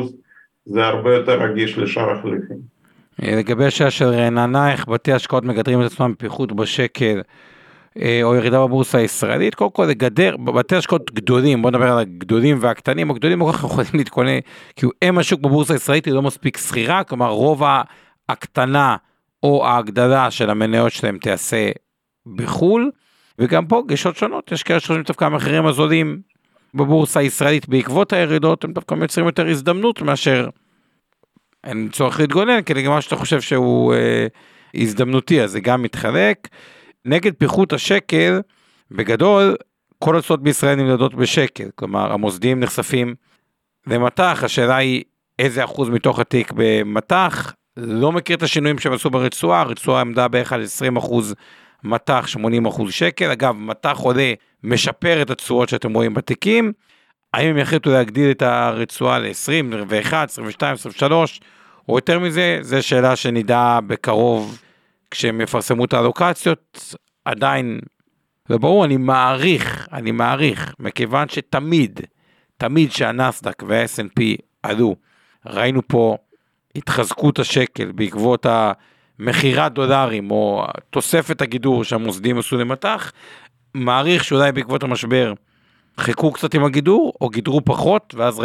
זה הרבה יותר רגיש לשאר החליפים. לגבי השאלה של רעננה, איך בתי השקעות מגדרים את עצמם בפיחות בשקל, או ירידה בבורסה הישראלית, קודם כל לגדר, בתי השקעות גדולים, בוא נדבר על הגדולים והקטנים, הגדולים כל כך יכולים להתכונן, כי הם השוק בבורסה הישראלית היא לא מספיק סחירה, כלומר רוב הקטנה או ההגדלה של המניות שלהם תעשה בחול, וגם פה גישות שונות, יש כאלה שחושבים דווקא המחירים הזולים בבורסה הישראלית בעקבות הירידות, הם דווקא מייצרים יותר הזדמנות מאשר אין צורך להתגונן, כי לגמרי שאתה חושב שהוא הזדמנותי, אז זה גם מתחלק. נגד פיחות השקל, בגדול, כל התשואות בישראל נמדדות בשקל, כלומר, המוסדיים נחשפים למטח, השאלה היא איזה אחוז מתוך התיק במטח, לא מכיר את השינויים שהם עשו ברצועה, הרצועה עמדה בערך על 20% מטח, 80% שקל, אגב, מטח עולה משפר את התשואות שאתם רואים בתיקים, האם הם יחליטו להגדיל את הרצועה ל-20, 21, 22, 23, או יותר מזה, זו שאלה שנדע בקרוב, כשהם יפרסמו את האלוקציות, עדיין, וברור, אני מעריך, מכיוון שתמיד שהנסדק וה-S&P עלו, ראינו פה התחזקות השקל, בעקבות המחירת דולרים, או תוספת הגידור שהמוסדים עשו למטח, מעריך שאולי בעקבות המשבר, חיכו קצת עם הגידור, או גידרו פחות, ואז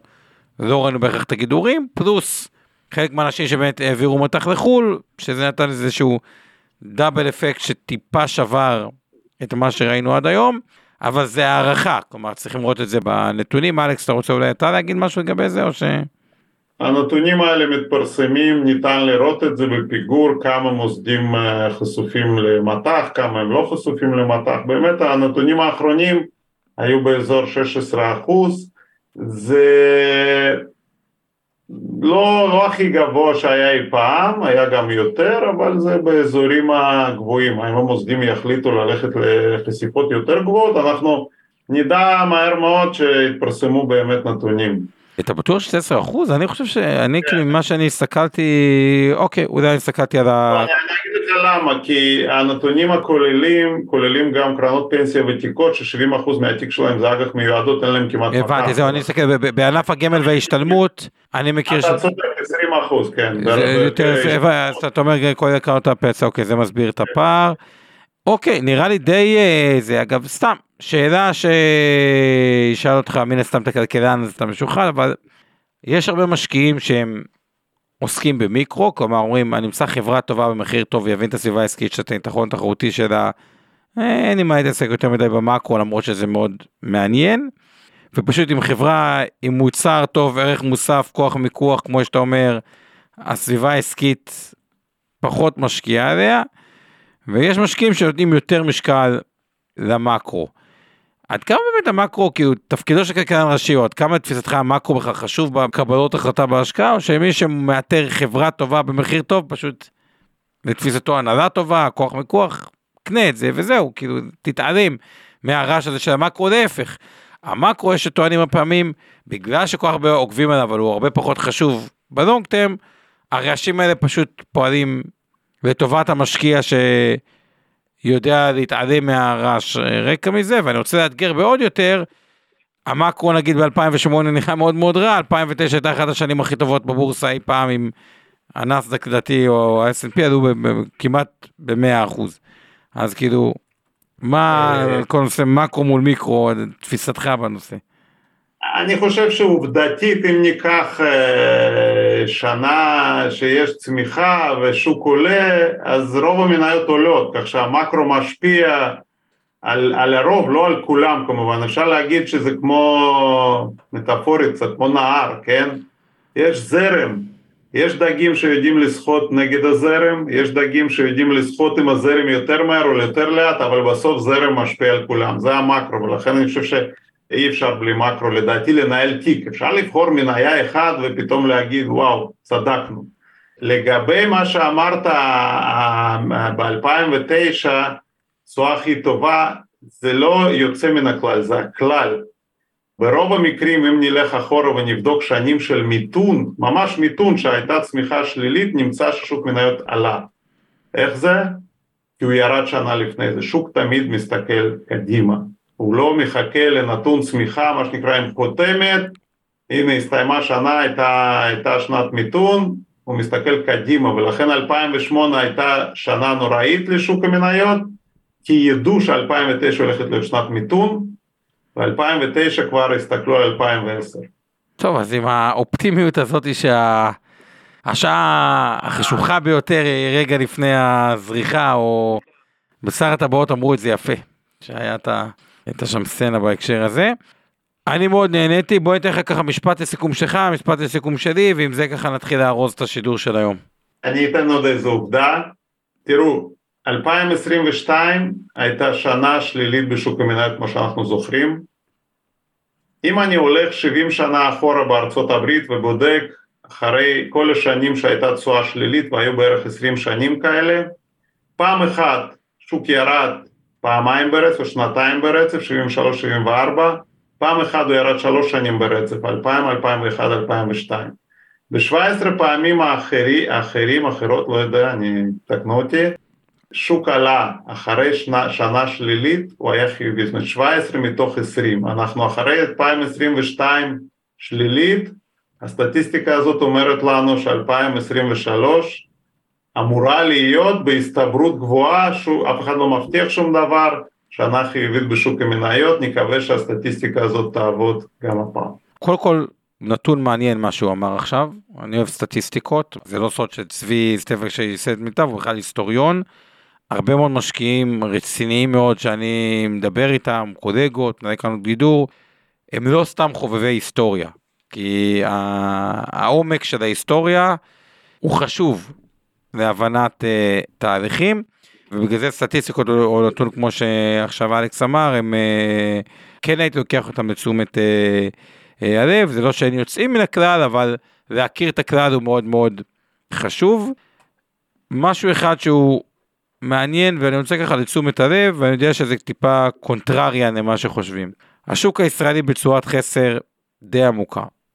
לא ראינו בהכרח את הגידורים, פלוס חלק מהאנשים שבאמת העבירו מטח לחול, שזה נתן איזשהו דאבל אפקט שטיפה שבר את מה שראינו עד היום, אבל זה הערכה, כלומר צריכים לראות את זה בנתונים. אלכס, אתה רוצה אולי אתה להגיד משהו לגבי זה, או ש... הנתונים האלה מתפרסמים, ניתן לראות את זה בפיגור, כמה מוסדים חשופים למטח, כמה הם לא חשופים למטח, באמת הנתונים האחרונים היו באזור 16%, זה לא הכי גבוה שהיה אי פעם, היה גם יותר, אבל זה באזורים הגבוהים. האם המוסדים יחליטו ללכת לחשיפות יותר גבוהות, אנחנו נדע מהר מאוד שהתפרסמו באמת נתונים. אתה בטוח ש-10%? אני חושב שאני, כאילו, ממה שאני הסתכלתי, אוקיי, אולי אני הסתכלתי על אני אגיד לך למה, כי הנתונים כוללים גם קרנות פנסיה ותיקות, ש70% מהתיק שלהם זה אג"ח מיועדות, אין להם כמעט... הבנתי, זהו, אני אסתכל, בענף הגמל וההשתלמות, אני מכיר אתה צודק, 20%, כן. אז אתה אומר, כל קרנות הפנסיה, אוקיי, זה מסביר את הפער. אוקיי, נראה לי די, זה אגב, סתם, שאלה שישאל אותך, מן הסתם את הכלכלן, אז אתה משוחד, אבל יש הרבה משקיעים שהם עוסקים במיקרו, כלומר אומרים, אני אמצא חברה טובה במחיר טוב, יבין את הסביבה העסקית של היתרון התחרותי שלה, אין לי מה להתעסק יותר מדי במקרו, למרות שזה מאוד מעניין, ופשוט עם חברה, עם מוצר טוב, ערך מוסף, כוח מיקוח, כמו שאתה אומר, הסביבה העסקית פחות משקיעה עליה, ויש משקיעים שנותנים יותר משקל למקרו. עד כמה באמת המקרו, כאילו, תפקידו של כלכלן ראשי, או עד כמה תפיסתך המקרו בכלל חשוב בקבלות החלטה בהשקעה, או שמי שמאתר חברה טובה במחיר טוב, פשוט לתפיסתו הנהלה טובה, כוח מיקוח, קנה את זה וזהו, כאילו, תתעלם מהרעש הזה של המקרו, להפך. המקרו יש שטוענים הפעמים, בגלל שכל הרבה עוקבים עליו, אבל הוא הרבה פחות חשוב בלונג טרם, הרעשים האלה פשוט פועלים לטובת המשקיע שיודע להתעלם מהרעש רקע מזה, ואני רוצה לאתגר בעוד יותר, המקרו נגיד ב-2008 נראה מאוד מאוד רע, 2009 הייתה אחת השנים הכי טובות בבורסה אי פעם, עם הנאסד"ק דתי או ה-S&P עלו כמעט ב-100%. אז כאילו, מה כל נושא מקרו מול מיקרו, תפיסתך בנושא? אני חושב שעובדתית, אם ניקח שנה שיש צמיחה ושוק עולה, אז רוב המניות עולות, כך שהמקרו משפיע על הרוב, לא על כולם כמובן. אפשר להגיד שזה כמו מטאפורית, קצת כמו נהר, כן? יש זרם, יש דגים שיודעים לשחות נגד הזרם, יש דגים שיודעים לשחות עם הזרם יותר מהר או יותר לאט, אבל בסוף זרם משפיע על כולם, זה המקרו, ולכן אני חושב שאי אפשר בלי מקרו, לדעתי לנהל תיק, אפשר לבחור מניה אחד ופתאום להגיד וואו, צדקנו. לגבי מה שאמרת ב-2009, תשואה הכי טובה, זה לא יוצא מן הכלל, זה הכלל. ברוב המקרים, אם נלך אחורה ונבדוק שנים של מיתון, ממש מיתון שהייתה צמיחה שלילית, נמצא ששוק מניות עלה. איך זה? כי הוא ירד שנה לפני זה. שוק תמיד מסתכל קדימה. הוא לא מחכה לנתון צמיחה, מה שנקרא עם חותמת, הנה הסתיימה שנה, הייתה שנת מיתון, הוא מסתכל קדימה, ולכן 2008 הייתה שנה נוראית לשוק המניות, כי ידעו ש-2009 הולכת להיות שנת מיתון, ב-2009 כבר הסתכלו על 2010. טוב, אז עם האופטימיות הזאת שהשעה החשוכה ביותר היא רגע לפני הזריחה, או בשר הטבעות אמרו את זה יפה, שהייתה שם סצנה בהקשר הזה. אני מאוד נהניתי, בואי ניתן לך ככה משפט לסיכום שלך, משפט לסיכום שלי, ועם זה ככה נתחיל לארוז את השידור של היום. אני אתן עוד איזו עובדה, תראו, 2022 הייתה שנה שלילית בשוק המניות, כמו שאנחנו זוכרים. אם אני הולך 70 שנה אחורה בארצות הברית ובודק אחרי כל השנים שהייתה תשואה שלילית, והיו בערך 20 שנים כאלה, פעם אחת שוק ירד פעמיים ברצף, או שנתיים ברצף, 73-74, פעם אחת הוא ירד 3 שנים ברצף, 2000, 2001, 2002. ב-17 פעמים אחרות, לא יודע, תקנו אותי, שוק עלה אחרי שנה שלילית, הוא היה חיובי, זאת אומרת 17 מתוך 20, אנחנו אחרי 2022 שלילית, הסטטיסטיקה הזאת אומרת לנו ש-2023 אמורה להיות בהסתברות גבוהה, אף אחד לא מבטיח שום דבר, שנה חיובית בשוק המניות, נקווה שהסטטיסטיקה הזאת תעבוד גם הפעם. קודם כל, נתון מעניין מה שהוא אמר עכשיו, אני אוהב סטטיסטיקות, זה לא סוד שצבי סטפק שייסד מיטב, הוא בכלל היסטוריון, הרבה מאוד משקיעים רציניים מאוד שאני מדבר איתם, קולגות, מנהלי קרנות גידור, הם לא סתם חובבי היסטוריה, כי העומק של ההיסטוריה הוא חשוב להבנת תהליכים, ובגלל זה סטטיסטיקות או נתון כמו שעכשיו אלכס אמר, הם כן הייתי לוקח אותם לתשומת הלב, זה לא שהם יוצאים מן הכלל, אבל להכיר את הכלל הוא מאוד מאוד חשוב. משהו אחד שהוא מעניין, ואני רוצה ככה לתשומת הלב, ואני יודע שזה טיפה קונטרריה למה שחושבים. השוק הישראלי בצורת חסר די עמוקה.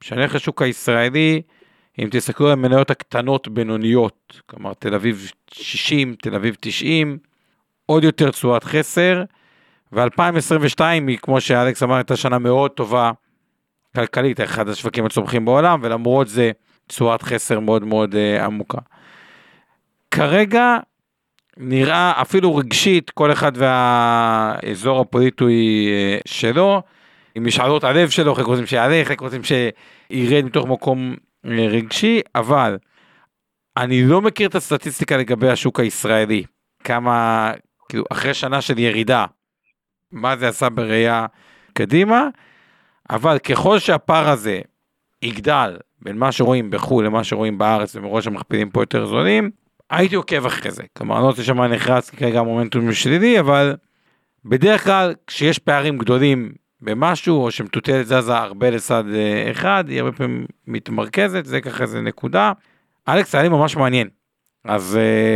כשנלך לשוק הישראלי, אם תסתכלו על המניות הקטנות בינוניות, כלומר תל אביב 60, תל אביב 90, עוד יותר תשואת חסר, ו-2022 היא, כמו שאלכס אמר, הייתה שנה מאוד טובה כלכלית, אחד השווקים הצומחים בעולם, ולמרות זה תשואת חסר מאוד מאוד עמוקה. כרגע נראה אפילו רגשית, כל אחד והאזור הפוליטי שלו, עם משאלות הלב שלו, חלק רוצים שיעלה, חלק רוצים שירד מתוך מקום רגשי, אבל אני לא מכיר את הסטטיסטיקה לגבי השוק הישראלי, כמה, כאילו, אחרי שנה של ירידה, מה זה עשה בראייה קדימה, אבל ככל שהפער הזה יגדל, בין מה שרואים בחו"ל למה שרואים בארץ, ומראש המכפילים פה יותר זולים, הייתי עוקב אחרי זה, כלומר, אני לא רוצה שמה נחרץ, כי כרגע המומנטום שלילי, אבל בדרך כלל, כשיש פערים גדולים במשהו, או שמטוטלת זזה הרבה לצד אחד, היא הרבה פעמים מתמרכזת, זה ככה זה נקודה. אלכס, היה לי ממש מעניין, אז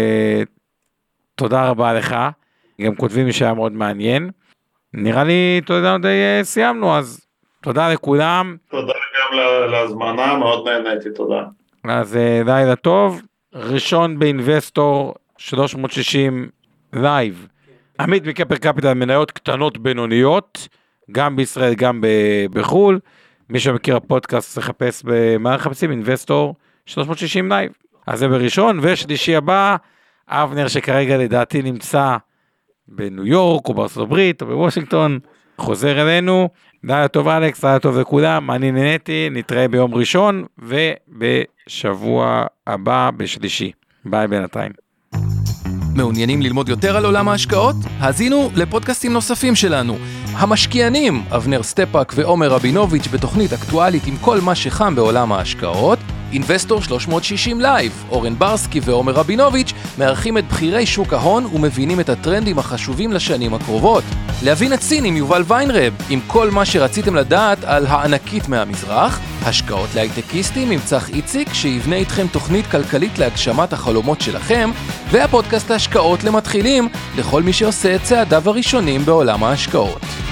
תודה רבה לך, גם כותבים לי שהיה מאוד מעניין, נראה לי, תודה, די סיימנו, אז תודה לכולם. תודה גם להזמנה, מאוד נהניתי, תודה. אז לילה טוב, ראשון באינבסטור 360 לייב, עמית מקפר קפיטל, מניות קטנות בינוניות, גם בישראל, גם בחול, מי שמכיר הפודקאסט לחפש במה לחפשים, אינבסטור 360 לייב, אז זה בראשון, ושלישי הבא, אבנר שכרגע לדעתי נמצא בניו יורק, או בארצות הברית, או בוושינגטון, חוזר אלינו, לילה טוב אלכס, לילה טוב לכולם, אני נהניתי, נתראה ביום ראשון, ובשבוע הבא בשלישי, ביי בינתיים. מעוניינים ללמוד יותר על עולם ההשקעות? האזינו לפודקאסטים נוספים שלנו. המשקיענים, אבנר סטפאק ועומר רבינוביץ' בתוכנית אקטואלית עם כל מה שחם בעולם ההשקעות. אינבסטור 360 לייב, אורן ברסקי ועומר רבינוביץ' מארחים את בחירי שוק ההון ומבינים את הטרנדים החשובים לשנים הקרובות. להבין את סין עם יובל ויינרב, עם כל מה שרציתם לדעת על הענקית מהמזרח. השקעות להייטקיסטים עם צח איציק שיבנה איתכם תוכנית כלכלית להגשמת החלומות שלכם, והפודקאסט ההשקעות למתחילים לכל מי שעושה את צעדיו הראשונים בעולם ההשקעות.